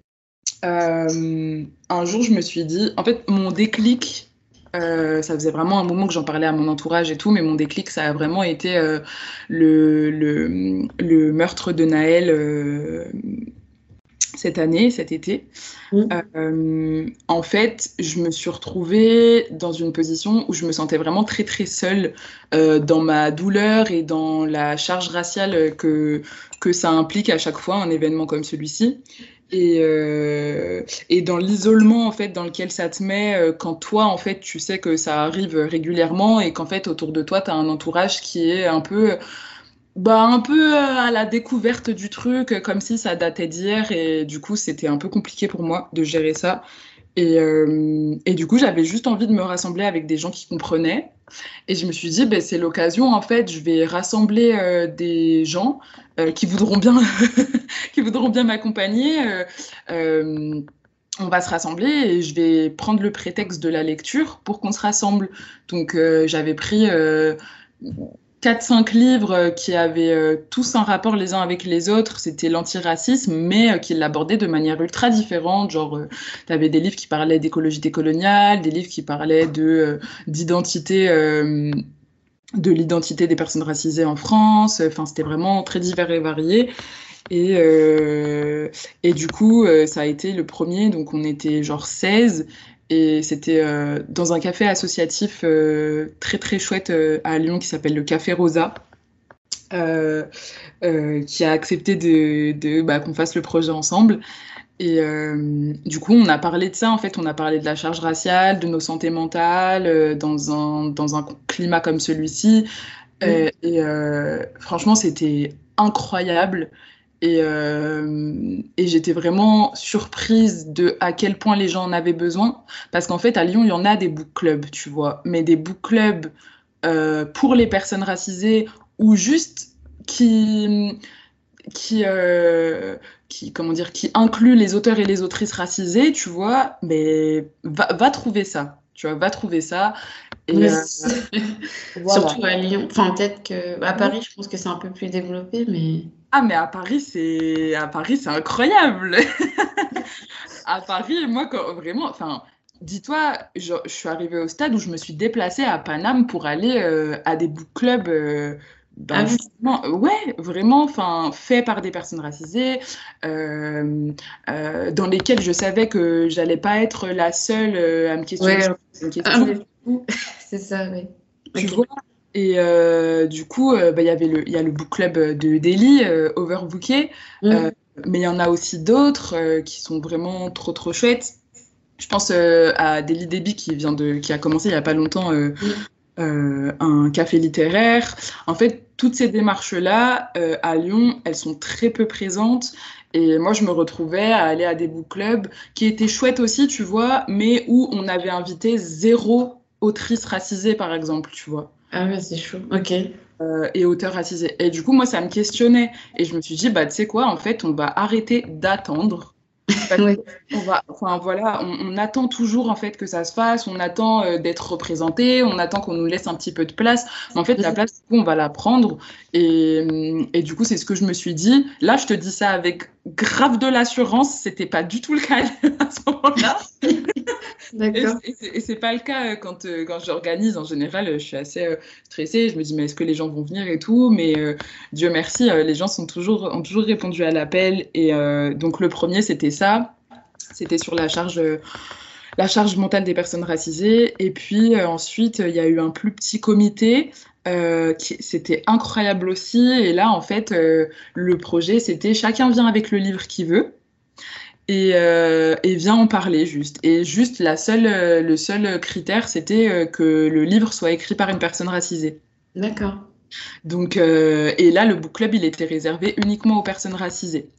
euh, un jour, je me suis dit, en fait, mon déclic, euh, ça faisait vraiment un moment que j'en parlais à mon entourage et tout, mais mon déclic, ça a vraiment été euh, le, le, le meurtre de Naël euh, cette année, cet été. Mmh. Euh, en fait, je me suis retrouvée dans une position où je me sentais vraiment très très seule euh, dans ma douleur et dans la charge raciale que, que ça implique à chaque fois un événement comme celui-ci. Et, euh, et dans l'isolement en fait dans lequel ça te met euh, quand toi en fait tu sais que ça arrive régulièrement et qu'en fait autour de toi tu as un entourage qui est un peu bah, un peu euh, à la découverte du truc, euh, comme si ça datait d'hier, et du coup, c'était un peu compliqué pour moi de gérer ça. Et, euh, et du coup, j'avais juste envie de me rassembler avec des gens qui comprenaient. Et je me suis dit, ben, c'est l'occasion, en fait, je vais rassembler euh, des gens euh, qui voudront bien, qui voudront bien m'accompagner. Euh, euh, on va se rassembler et je vais prendre le prétexte de la lecture pour qu'on se rassemble. Donc, euh, j'avais pris euh, quatre cinq livres euh, qui avaient euh, tous un rapport les uns avec les autres. C'était l'antiracisme, mais euh, qui l'abordaient de manière ultra différente. Genre, euh, tu avais des livres qui parlaient d'écologie décoloniale, des livres qui parlaient de, euh, d'identité, euh, de l'identité des personnes racisées en France. Enfin, c'était vraiment très divers et varié. Et, euh, et du coup, euh, ça a été le premier, donc on était genre seize, et c'était euh, dans un café associatif euh, très très chouette euh, à Lyon qui s'appelle le Café Rosa, euh, euh, qui a accepté de, de, bah, qu'on fasse le projet ensemble. Et euh, du coup, on a parlé de ça, en fait, on a parlé de la charge raciale, de nos santé mentales, euh, dans un, dans un climat comme celui-ci. Mmh. Euh, et euh, franchement, c'était incroyable. Et, euh, et j'étais vraiment surprise de à quel point les gens en avaient besoin. Parce qu'en fait, à Lyon, il y en a des book clubs, tu vois. Mais des book clubs euh, pour les personnes racisées ou juste qui, qui, euh, qui, comment dire, qui incluent les auteurs et les autrices racisées, tu vois. Mais va, va trouver ça. Tu vois, va trouver ça. Et Ouais, euh, c'est- voilà. surtout à Lyon. Enfin, peut-être que à Paris, je pense que c'est un peu plus développé, mais Ah, mais à Paris, c'est à Paris, c'est incroyable. À Paris, moi, quand, vraiment, enfin, dis-toi, je, je suis arrivée au stade où je me suis déplacée à Paname pour aller euh, à des book clubs, euh, ben ah oui, justement, euh, ouais, vraiment, enfin, faits par des personnes racisées, euh, euh, dans lesquels je savais que j'allais pas être la seule euh, à me questionner ouais, sur une ah, question. mais c'est ça, oui. Tu Ok. vois? Et euh, du coup, euh, bah, il y avait le, il y a le book club de Delhi, euh, Overbooké, euh, Mm. mais il y en a aussi d'autres euh, qui sont vraiment trop trop chouettes. Je pense euh, à Delhi Debi qui vient de, qui a commencé il y a pas longtemps euh, Mm. euh, un café littéraire. En fait, toutes ces démarches-là euh, à Lyon, elles sont très peu présentes. Et moi, je me retrouvais à aller à des book clubs qui étaient chouettes aussi, tu vois, mais où on avait invité zéro autrice racisée, par exemple, tu vois, Ah ouais, c'est chaud. Ok. euh, et auteur racisé. Et du coup, moi, ça me questionnait. Et je me suis dit, bah, tu sais quoi, en fait, on va arrêter d'attendre. Parce Ouais. qu'on va, enfin voilà, on, on attend toujours en fait que ça se fasse, on attend euh, d'être représenté, on attend qu'on nous laisse un petit peu de place. Mais en fait, la Mm. place, du coup, on va la prendre. Et, hum, et du coup, c'est ce que je me suis dit. Là, je te dis ça avec grave de l'assurance, c'était pas du tout le cas à ce moment-là. Et, D'accord. et c'est et c'est pas le cas euh, quand, euh, quand j'organise. En général, euh, je suis assez euh, stressée. Je me dis, mais est-ce que les gens vont venir et tout? Mais euh, Dieu merci, euh, les gens sont toujours, ont toujours répondu à l'appel. Et euh, donc, le premier, c'était ça. C'était sur la charge, euh, la charge mentale des personnes racisées. Et puis euh, ensuite, il y a eu un plus petit comité Euh, qui, c'était incroyable aussi. Et là, en fait, euh, le projet, c'était chacun vient avec le livre qu'il veut et, euh, et vient en parler juste. Et juste, la seule, euh, le seul critère, c'était euh, que le livre soit écrit par une personne racisée. D'accord. Donc, euh, et là, le book club, il était réservé uniquement aux personnes racisées.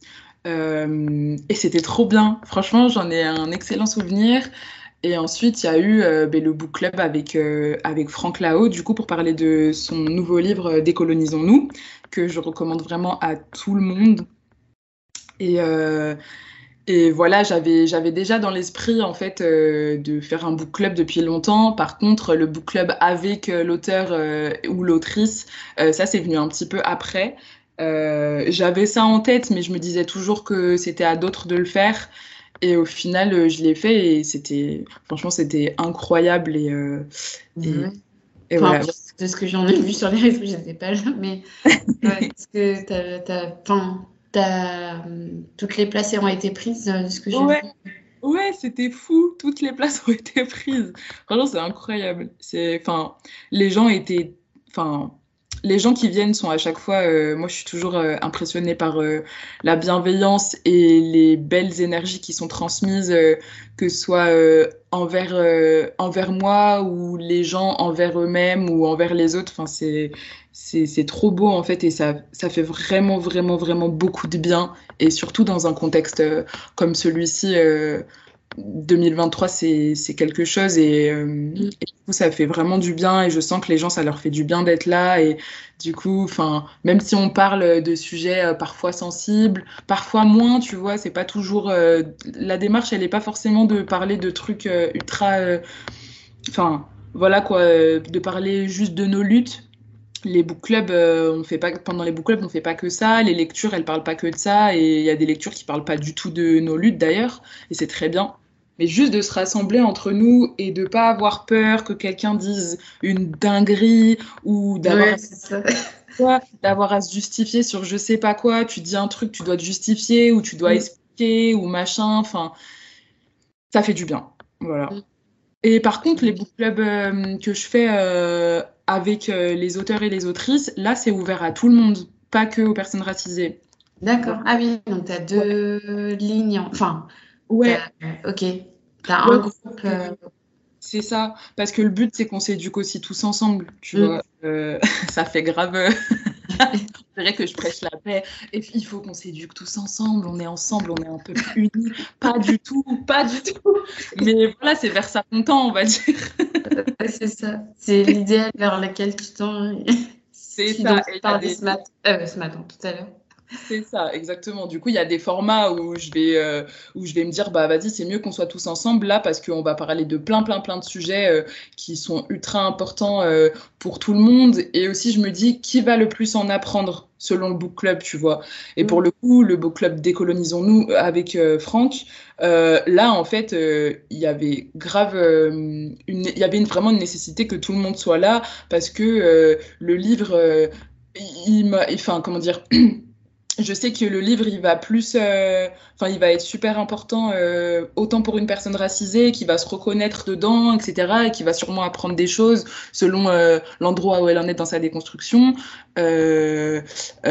Euh, et c'était trop bien. Franchement, j'en ai un excellent souvenir. Et ensuite, il y a eu euh, ben, le book club avec, euh, avec Franck Lao, du coup, pour parler de son nouveau livre euh, Décolonisons-nous, que je recommande vraiment à tout le monde. Et, euh, et voilà, j'avais, j'avais déjà dans l'esprit, en fait, euh, de faire un book club depuis longtemps. Par contre, le book club avec euh, l'auteur euh, ou l'autrice, euh, ça, c'est venu un petit peu après. Euh, j'avais ça en tête, mais je me disais toujours que c'était à d'autres de le faire. Et au final, euh, je l'ai fait et c'était, franchement, c'était incroyable. Et, euh, et, Ouais. et Enfin, voilà. de ce que j'en ai vu sur les réseaux, je n'étais pas là, mais ouais, est-ce que t'as, t'as, enfin, t'as, hum, toutes les places ont été prises euh, de ce que j'ai vu? Ouais, ouais, c'était fou. Toutes les places ont été prises. Franchement, c'est incroyable. C'est, enfin, les gens étaient, enfin, les gens qui viennent sont à chaque fois. Euh, moi, je suis toujours euh, impressionnée par euh, la bienveillance et les belles énergies qui sont transmises, euh, que ce soit euh, envers euh, envers moi ou les gens envers eux-mêmes ou envers les autres. Enfin, c'est c'est c'est trop beau en fait et ça ça fait vraiment vraiment vraiment beaucoup de bien et surtout dans un contexte euh, comme celui-ci. Euh, deux mille vingt-trois, c'est c'est quelque chose et, euh, Mm. et du coup, ça fait vraiment du bien et je sens que les gens, ça leur fait du bien d'être là et du coup, enfin, même si on parle de sujets euh, parfois sensibles, parfois moins, tu vois, c'est pas toujours euh, la démarche, elle est pas forcément de parler de trucs euh, ultra, euh, enfin, voilà quoi, euh, de parler juste de nos luttes. Les book clubs, euh, on fait pas pendant les book clubs, on fait pas que ça. Les lectures, elles parlent pas que de ça. Et il y a des lectures qui parlent pas du tout de nos luttes d'ailleurs. Et c'est très bien. Mais juste de se rassembler entre nous et de pas avoir peur que quelqu'un dise une dinguerie ou d'avoir Ouais, c'est ça. quoi, d'avoir à se justifier sur je sais pas quoi. Tu dis un truc, tu dois te justifier ou tu dois Mm. expliquer ou machin. Enfin, ça fait du bien. Voilà. Mm. Et par contre, les book clubs euh, que je fais euh, avec euh, les auteurs et les autrices, là, c'est ouvert à tout le monde, pas que aux personnes racisées. D'accord. Voilà. Ah oui, donc tu as Ouais, deux lignes. en- Enfin, ouais, t'as, ok. Tu as ouais, un parce groupe. que euh, c'est ça. Parce que le but, c'est qu'on s'éduque aussi tous ensemble, tu mm. vois. Euh, ça fait grave. euh, C'est vrai que je prêche la paix. Et puis, il faut qu'on s'éduque tous ensemble. On est ensemble, on est un peuple uni. Pas du tout, pas du tout. Mais voilà, c'est vers ça qu'on tend, on va dire. Ouais, c'est ça. C'est l'idéal vers lequel tu tends. C'est Ce dont ça. tu Et il y a parlais des, ce matin, euh, ce matin, tout à l'heure. C'est ça, exactement. Du coup, il y a des formats où je vais, euh, où je vais me dire, bah vas-y, c'est mieux qu'on soit tous ensemble là parce qu'on va parler de plein, plein, plein de sujets euh, qui sont ultra importants euh, pour tout le monde. Et aussi, je me dis, qui va le plus en apprendre selon le book club, tu vois. Et pour Mm. le coup, le book club Décolonisons-nous avec euh, Franck, euh, là, en fait, euh, il y avait grave, euh, une, il y avait une- vraiment une nécessité que tout le monde soit là parce que euh, le livre, euh, il, il m'a, enfin, comment dire, je sais que le livre, il va plus, euh, enfin, il va être super important, euh, autant pour une personne racisée qui va se reconnaître dedans, et cetera, et qui va sûrement apprendre des choses selon euh, l'endroit où elle en est dans sa déconstruction, euh,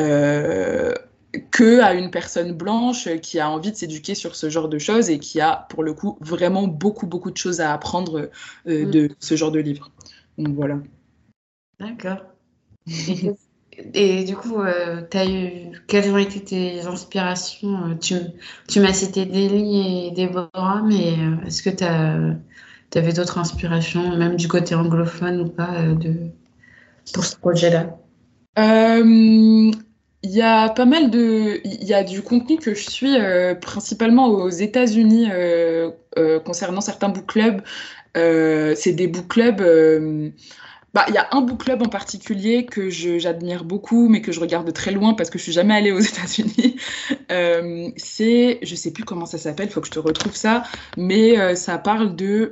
euh, que à une personne blanche qui a envie de s'éduquer sur ce genre de choses et qui a, pour le coup, vraiment beaucoup, beaucoup de choses à apprendre euh, Mm. de ce genre de livre. Donc voilà. D'accord. Et, qu'est-ce- et du coup, euh, t'as eu, quelles ont été tes inspirations? euh, Tu, tu m'as cité Delhi et Déborah, mais euh, est-ce que tu avais d'autres inspirations, même du côté anglophone ou pas, euh, de, pour ce projet-là? Euh, Il y a pas mal de... Il y a du contenu que je suis euh, principalement aux États-Unis euh, euh, concernant certains book clubs. Euh, c'est des book clubs... euh, Bah, il y a un book club en particulier que je- j'admire beaucoup, mais que je regarde de très loin parce que je suis jamais allée aux États-Unis. Euh, c'est... Je sais plus comment ça s'appelle, faut que je te retrouve ça, mais euh, ça parle de...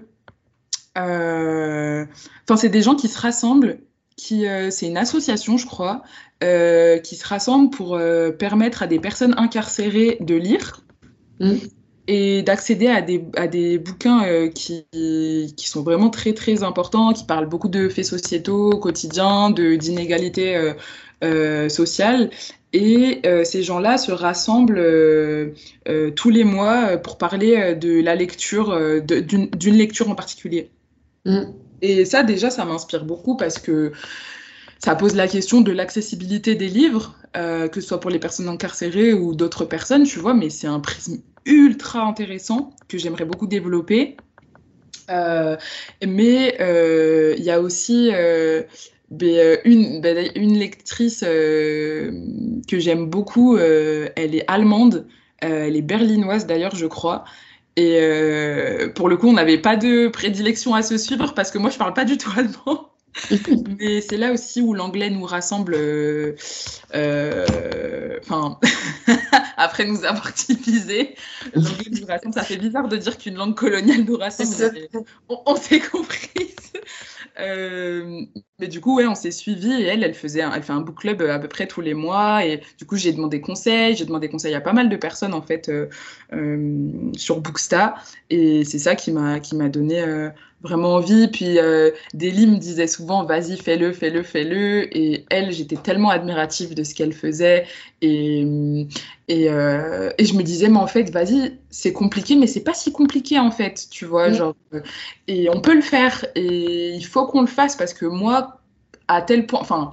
euh, Enfin, c'est des gens qui se rassemblent, qui, euh, c'est une association, je crois, euh, qui se rassemble pour euh, permettre à des personnes incarcérées de lire. Mm. et d'accéder à des, à des bouquins euh, qui, qui sont vraiment très, très importants, qui parlent beaucoup de faits sociétaux au quotidien, de, d'inégalités euh, euh, sociales. Et euh, ces gens-là se rassemblent euh, euh, tous les mois pour parler de la lecture, euh, de, d'une, d'une lecture en particulier. Mm. Et ça, déjà, ça m'inspire beaucoup parce que ça pose la question de l'accessibilité des livres, euh, que ce soit pour les personnes incarcérées ou d'autres personnes, tu vois, mais c'est un prisme ultra intéressant que j'aimerais beaucoup développer. Euh, mais il euh, y a aussi euh, ben, une, ben, une lectrice euh, que j'aime beaucoup, euh, elle est allemande, euh, elle est berlinoise d'ailleurs, je crois. Et euh, pour le coup, on n'avait pas de prédilection à se suivre parce que moi, je parle pas du tout allemand. Mais c'est là aussi où l'anglais nous rassemble. Euh, euh, enfin, après nous avoir divisés, l'anglais nous rassemble. Ça fait bizarre de dire qu'une langue coloniale nous rassemble. Mais on, on s'est compris. Euh, mais du coup, ouais, on s'est suivis et elle, elle faisait, un, elle fait un book club à peu près tous les mois et du coup, j'ai demandé conseil, j'ai demandé conseil à pas mal de personnes en fait euh, euh, sur Booksta et c'est ça qui m'a qui m'a donné euh, vraiment envie. Puis euh, Délie me disait souvent, vas-y, fais-le, fais-le, fais-le. Et elle, j'étais tellement admirative de ce qu'elle faisait et et, euh, et je me disais, mais en fait, vas-y, c'est compliqué, mais c'est pas si compliqué en fait, tu vois, mmh. genre. Euh, et on peut le faire et il faut qu'on le fasse parce que moi, à tel point, enfin,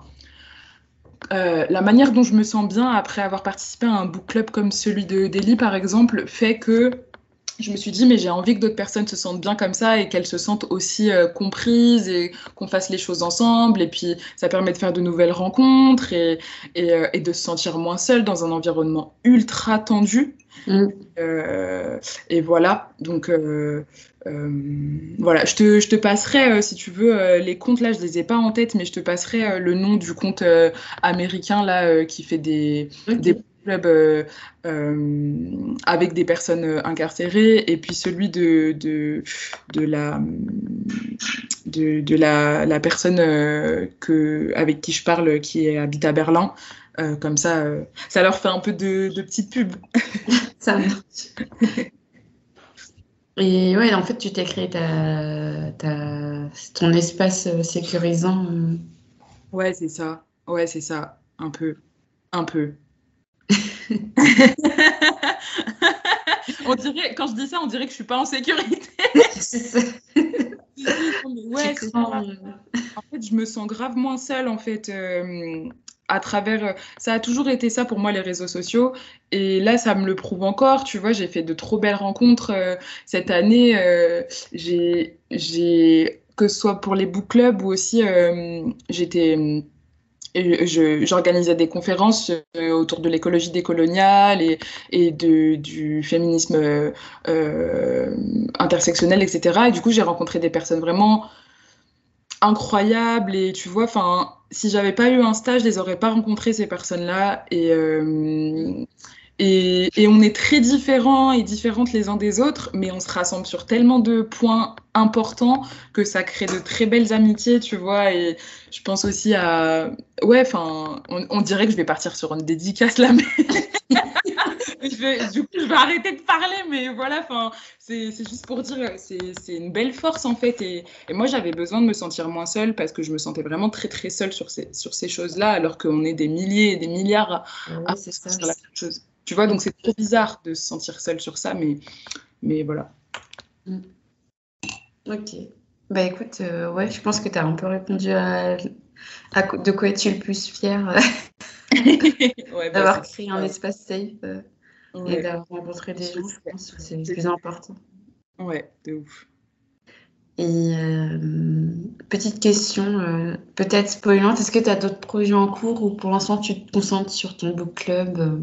euh, la manière dont je me sens bien après avoir participé à un book club comme celui de Délie, par exemple, fait que je me suis dit, mais j'ai envie que d'autres personnes se sentent bien comme ça et qu'elles se sentent aussi euh, comprises et qu'on fasse les choses ensemble. Et puis, ça permet de faire de nouvelles rencontres et, et, euh, et de se sentir moins seule dans un environnement ultra tendu. Mmh. Euh, et voilà, donc euh, euh, voilà, je te, je te passerai, euh, si tu veux, euh, les comptes, là, je les ai pas en tête, mais je te passerai euh, le nom du compte euh, américain, là, euh, qui fait des... Okay. des club euh, euh, avec des personnes incarcérées et puis celui de, de, de, la, de, de la, la personne euh, que, avec qui je parle qui habite à Berlin. Euh, comme ça, euh, ça leur fait un peu de, de petites pubs. Ça marche. Et ouais, en fait, tu t'es créé ta, ta, ton espace sécurisant. Euh... Ouais, c'est ça. Ouais, c'est ça. Un peu. Un peu. On dirait, quand je dis ça, on dirait que je suis pas en sécurité. C'est ça. Ouais, c'est ça. En fait, je me sens grave moins seule, en fait, euh, à travers... Ça a toujours été ça pour moi, les réseaux sociaux. Et là, ça me le prouve encore. Tu vois, j'ai fait de trop belles rencontres euh, cette année. Euh, j'ai, j'ai, que ce soit pour les book clubs ou aussi, euh, j'étais... Je, j'organisais des conférences autour de l'écologie décoloniale et, et de, du féminisme euh, euh, intersectionnel, et cetera. Et du coup, j'ai rencontré des personnes vraiment incroyables. Et tu vois, enfin, si j'avais pas eu un stage, je les aurais pas rencontrées, ces personnes-là. Et, euh, et, et on est très différents et différentes les uns des autres, mais on se rassemble sur tellement de points importants que ça crée de très belles amitiés, tu vois. Et je pense aussi à... Ouais, enfin, on, on dirait que je vais partir sur une dédicace là, mais... je vais, du coup, je vais arrêter de parler, mais voilà, enfin, c'est, c'est juste pour dire, c'est, c'est une belle force, en fait. Et, et moi, j'avais besoin de me sentir moins seule parce que je me sentais vraiment très, très seule sur ces, sur ces choses-là, alors qu'on est des milliers et des milliards à, ouais, à c'est ça, sur la même chose. Tu vois, donc c'est trop bizarre de se sentir seule sur ça, mais, mais voilà. Mm. Ok. Bah écoute, euh, ouais, je pense que tu as un peu répondu à, à de quoi es-tu le plus fière ouais, d'avoir bah, créé un espace safe euh, ouais. Et d'avoir rencontré des gens, je pense que c'est le plus important. Ouais, de ouf. Et euh, petite question, euh, peut-être spoilante, est-ce que tu as d'autres projets en cours ou pour l'instant tu te concentres sur ton book club euh...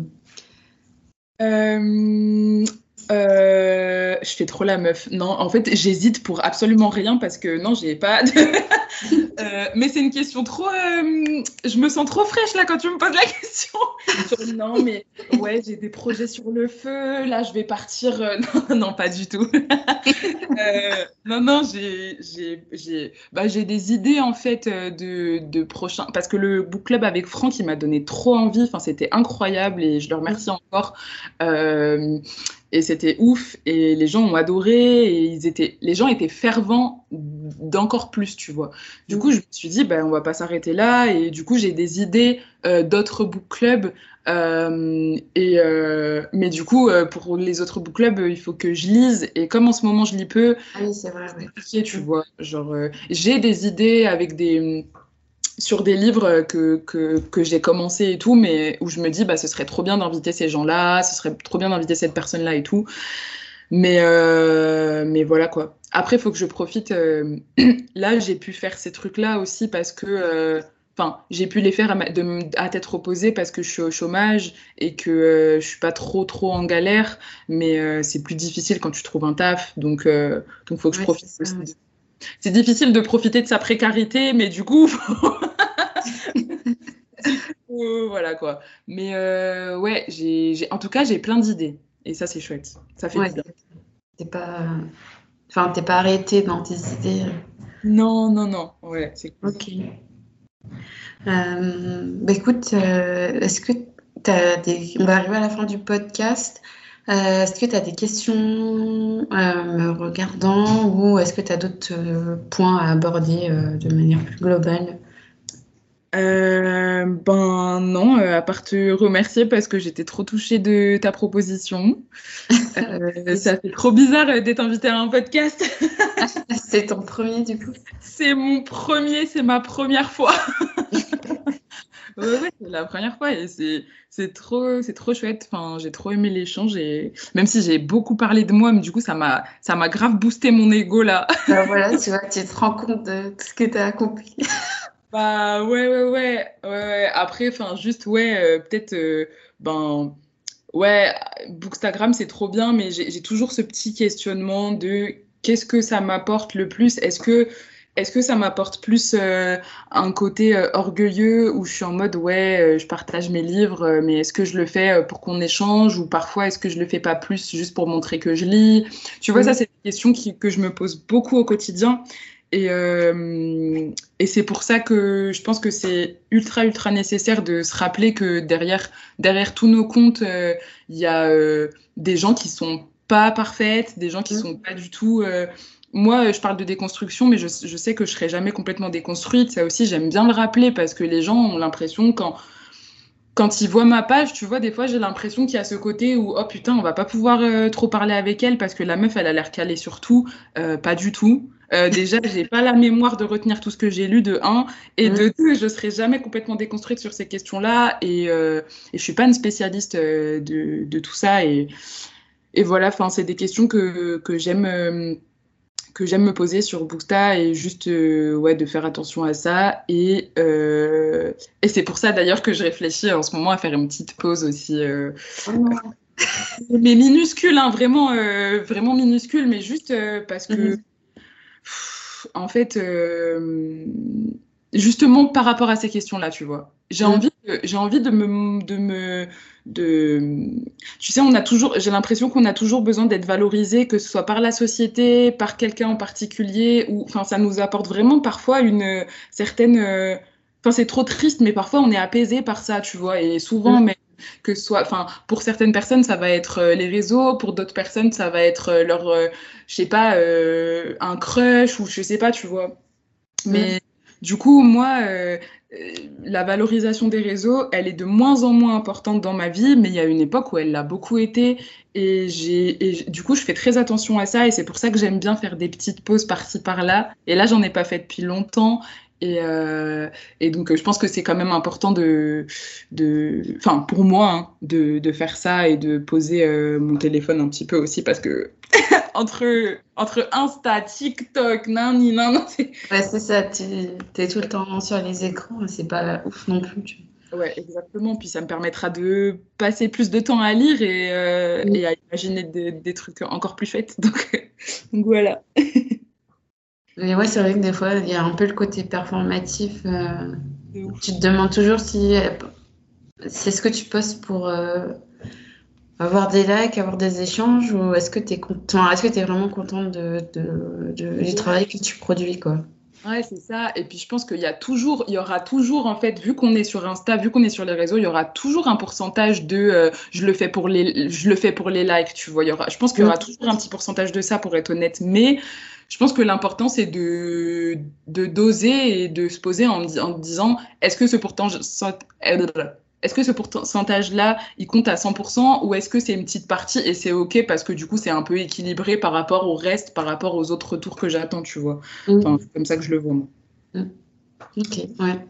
Euh, euh, je fais trop la meuf. Non, en fait, j'hésite pour absolument rien parce que non, j'ai pas de... euh, mais c'est une question trop... Euh, je me sens trop fraîche là quand tu me poses la question. Non, mais ouais, j'ai des projets sur le feu. Là, je vais partir... Euh, non, non, pas du tout. euh, non, non, j'ai, j'ai, j'ai, bah, j'ai des idées en fait de, de prochains... Parce que le book club avec Franck, il m'a donné trop envie. Enfin, c'était incroyable et je le remercie encore. Euh, et c'était ouf, et les gens ont adoré, et ils étaient, les gens étaient fervents d'encore plus, tu vois. Du coup, je me suis dit, ben, on va pas s'arrêter là, et du coup, j'ai des idées euh, d'autres book clubs, euh, et, euh, mais du coup, euh, pour les autres book clubs, il faut que je lise, et comme en ce moment, je lis peu, Ah oui, c'est vrai, c'est oui. compliqué, tu vois. Genre, euh, j'ai des idées avec des sur des livres que, que, que j'ai commencé et tout, mais où je me dis, bah, ce serait trop bien d'inviter ces gens-là, ce serait trop bien d'inviter cette personne-là et tout. Mais, euh, mais voilà quoi. Après, il faut que je profite. Euh, là, j'ai pu faire ces trucs-là aussi parce que. euh, Enfin, j'ai pu les faire à, ma- de, à tête reposée parce que je suis au chômage et que euh, je suis pas trop trop en galère, mais euh, c'est plus difficile quand tu trouves un taf, donc euh, donc faut que je Ouais, c'est profite ça, aussi. ouais. de- C'est difficile de profiter de sa précarité, mais du coup, Euh, voilà quoi. Mais euh, ouais, j'ai, j'ai- en tout cas, j'ai plein d'idées. Et ça, c'est chouette. Ça fait Ouais, du bien. c'est- t'es pas, enfin, t'es pas arrêté dans tes idées. Non, non, non. Ouais, c'est cool. Ok. Euh, bah écoute, euh, est-ce que t'as des... On va arriver à la fin du podcast. Euh, est-ce que tu as des questions euh, me regardant ou est-ce que tu as d'autres euh, points à aborder euh, de manière plus globale? Euh, ben non, euh, à part te remercier parce que j'étais trop touchée de ta proposition. Euh, ça fait trop bizarre euh, d'être invitée à un podcast. C'est ton premier du coup? C'est mon premier, c'est ma première fois. Ouais, ouais, c'est la première fois et c'est c'est trop c'est trop chouette. Enfin, j'ai trop aimé l'échange et même si j'ai beaucoup parlé de moi, mais du coup ça m'a ça m'a grave boosté mon ego là. Bah voilà, tu vois, tu te rends compte de tout ce que tu as accompli. Bah ouais ouais ouais ouais, ouais. Après enfin juste ouais euh, peut-être euh, ben ouais Bookstagram c'est trop bien mais j'ai j'ai toujours ce petit questionnement de qu'est-ce que ça m'apporte le plus? Est-ce que est-ce que ça m'apporte plus euh, un côté euh, orgueilleux où je suis en mode ouais euh, je partage mes livres euh, mais est-ce que je le fais euh, pour qu'on échange ou parfois est-ce que je le fais pas plus juste pour montrer que je lis? Tu vois ça Mm. c'est des questions qui, que je me pose beaucoup au quotidien et, euh, et c'est pour ça que je pense que c'est ultra, ultra nécessaire de se rappeler que derrière, derrière tous nos comptes, euh, il y a euh, des gens qui sont pas parfaites, des gens qui sont Mm. pas du tout. Euh... Moi, je parle de déconstruction, mais je, je sais que je serai jamais complètement déconstruite. Ça aussi, j'aime bien le rappeler parce que les gens ont l'impression quand quand ils voient ma page, tu vois, des fois j'ai l'impression qu'il y a ce côté où oh putain, on va pas pouvoir euh, trop parler avec elle parce que la meuf elle a l'air calée sur tout. Euh, pas du tout. Euh, déjà, j'ai pas la mémoire de retenir tout ce que j'ai lu de un et Mm. de deux, je serai jamais complètement déconstruite sur ces questions-là et, euh, et je suis pas une spécialiste euh, de, de tout ça et, et voilà, enfin c'est des questions que, que j'aime euh, que j'aime me poser sur Booksta et juste euh, ouais, de faire attention à ça. Et, euh, et c'est pour ça d'ailleurs que je réfléchis en ce moment à faire une petite pause aussi. Euh, Oh non. mais minuscule, hein, vraiment, euh, vraiment minuscule, mais juste euh, parce que, Mhm. pff, en fait, euh, justement par rapport à ces questions-là, tu vois, j'ai Mm. envie, de- j'ai envie de me, de me, de, tu sais, on a toujours, j'ai l'impression qu'on a toujours besoin d'être valorisé, que ce soit par la société, par quelqu'un en particulier, ou, enfin, ça nous apporte vraiment parfois une euh, certaine, euh, enfin, c'est trop triste, mais parfois on est apaisé par ça, tu vois, et souvent, Mm. mais que ce soit, enfin, pour certaines personnes, ça va être euh, les réseaux, pour d'autres personnes, ça va être euh, leur, euh, je sais pas, euh, un crush ou je sais pas, tu vois. Mm. Mais du coup, moi, euh, euh, la valorisation des réseaux, elle est de moins en moins importante dans ma vie, mais il y a une époque où elle l'a beaucoup été. Et j'ai, et j- du coup, je fais très attention à ça, et c'est pour ça que j'aime bien faire des petites pauses par-ci, par-là. Et là, j'en ai pas fait depuis longtemps. Et, euh, et donc, euh, je pense que c'est quand même important de, de, enfin, pour moi, hein, de, de faire ça et de poser euh, mon téléphone un petit peu aussi, parce que entre, entre Insta, TikTok, nan, ni, nan, nan, c'est Ouais, c'est ça, tu es tout le temps sur les écrans, c'est pas ouf non plus. Tu ouais, exactement. Puis ça me permettra de passer plus de temps à lire et, euh, vois. et à imaginer des, des trucs encore plus chouettes. Donc, donc voilà. Mais ouais, c'est vrai que des fois, il y a un peu le côté performatif. euh, De ouf. tu te demandes toujours si euh, c'est ce que tu postes pour euh, avoir des likes, avoir des échanges, ou est-ce que tu es content, est-ce que tu es vraiment contente de, de- de- du Ouais. travail que tu produis, quoi. Ouais, c'est ça. Et puis je pense qu'il y a toujours, il y aura toujours, en fait, vu qu'on est sur Insta, vu qu'on est sur les réseaux, il y aura toujours un pourcentage de euh, je le fais pour les, je le fais pour les likes, tu vois. Il y aura, je pense qu'il y aura toujours un petit pourcentage de ça, pour être honnête. Mais je pense que l'important, c'est de, de doser et de se poser en, en disant, est-ce que ce pourcentage, est-ce que ce pourcentage-là, il compte à cent pour cent ou est-ce que c'est une petite partie et c'est OK parce que du coup, c'est un peu équilibré par rapport au reste, par rapport aux autres retours que j'attends, tu vois. Enfin, c'est comme ça que je le vois, moi. Mm. Ok, ouais.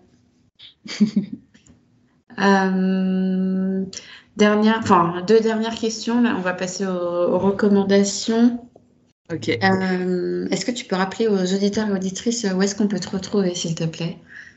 euh, dernière, enfin, deux dernières questions. Là, on va passer aux, aux recommandations. Ok. Euh, est-ce que tu peux rappeler aux auditeurs et auditrices où est-ce qu'on peut te retrouver, s'il te plaît?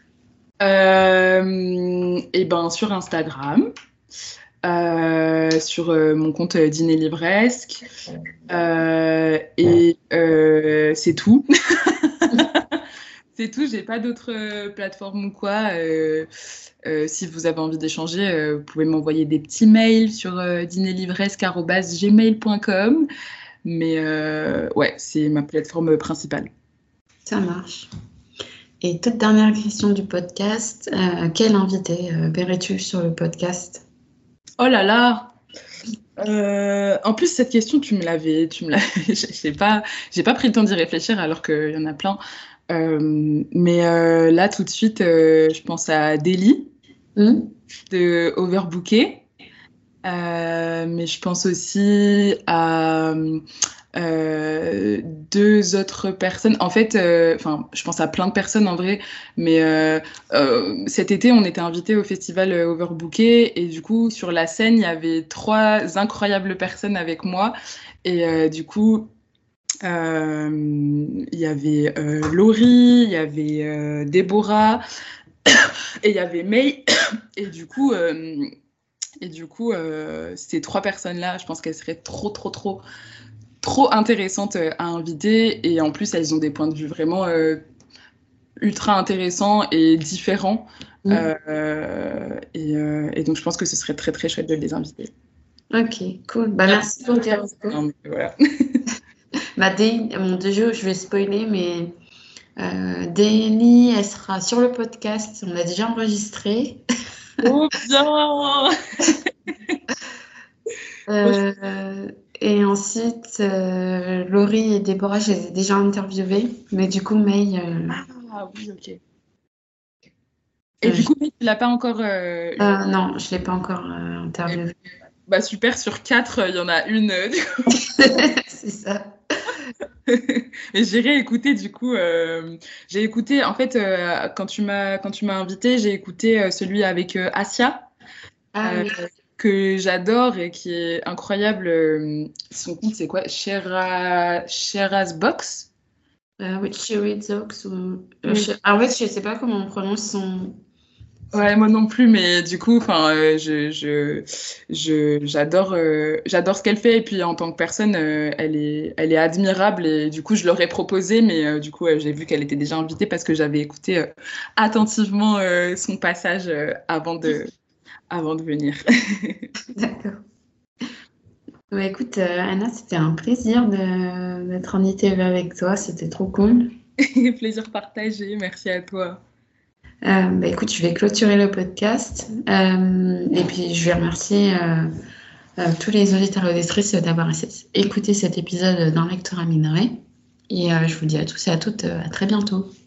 Euh, et ben sur Instagram, euh, sur euh, mon compte euh, Dîner Livresque, euh, et euh, c'est tout. C'est tout, j'ai pas d'autres euh, plateformes ou quoi. Euh, euh, si vous avez envie d'échanger, euh, vous pouvez m'envoyer des petits mails sur euh, dînerlivresque arobase gmail point com. Mais euh, ouais, c'est ma plateforme principale. Ça marche. Et toute dernière question du podcast, euh, quel invité euh, verrais-tu sur le podcast? Oh là là! Euh, en plus, cette question, tu me l'avais, tu me l'avais, j'ai pas, j'ai pas pris le temps d'y réfléchir alors qu'il y en a plein. Euh, mais euh, là, tout de suite, euh, je pense à Delhi Hmm. de Overbooké. Euh, mais je pense aussi à euh, deux autres personnes. En fait, euh, enfin, je pense à plein de personnes en vrai, mais euh, euh, cet été, on était invités au festival euh, Overbooké et du coup, sur la scène, il y avait trois incroyables personnes avec moi et euh, du coup. euh, Il y avait euh, Laurie, il y avait euh, Déborah et il y avait May. Et du coup, euh, et du coup, euh, ces trois personnes-là, je pense qu'elles seraient trop, trop, trop, trop intéressantes euh, à inviter. Et en plus, elles ont des points de vue vraiment euh, ultra intéressants et différents. Hmm. Euh, et, euh, et donc, je pense que ce serait très, très chouette de les inviter. Ok, cool. Bah, merci pour tes recours. Non, mais voilà. Bah, Dé- mon Dieu, je vais spoiler, mais euh, Délie, elle sera sur le podcast. On a déjà enregistré. Trop bien! Euh, et ensuite, euh, Laurie et Déborah, je les ai déjà interviewées. Mais du coup, May, euh, Ah oui, ok. Et euh, du je- coup, tu l'as pas encore euh, eu. euh, non, je ne l'ai pas encore euh, interviewée. Bah super, sur quatre, il y en a une. euh, du coup. C'est ça. Mais j'ai réécouté du coup. Euh, j'ai écouté en fait euh, quand tu m'as quand tu m'as invité, j'ai écouté euh, celui avec euh, Asia Ah euh, oui. que j'adore et qui est incroyable. Euh, son compte c'est quoi? Shera Shera's Box. Euh, oui, Cherry Zox ou... euh, Oui. Che- Ah ouais, je sais pas comment on prononce son... Ouais, moi non plus, mais du coup, enfin, euh, je, je, je, j'adore, euh, j'adore ce qu'elle fait et puis en tant que personne, euh, elle est, elle est admirable et du coup, je leur ai proposé, mais euh, du coup, euh, j'ai vu qu'elle était déjà invitée parce que j'avais écouté euh, attentivement euh, son passage euh, avant de, avant de venir. D'accord. Ouais, écoute, euh, Anna, c'était un plaisir de- d'être en I T V avec toi. C'était trop cool. Plaisir partagé, merci à toi. Euh, bah, écoute, je vais clôturer le podcast. Euh, et puis, je vais remercier euh, euh, tous les auditeurs et auditrices d'avoir écouté cet épisode d'un lectorat minoré. Et euh, je vous dis à tous et à toutes euh, à très bientôt.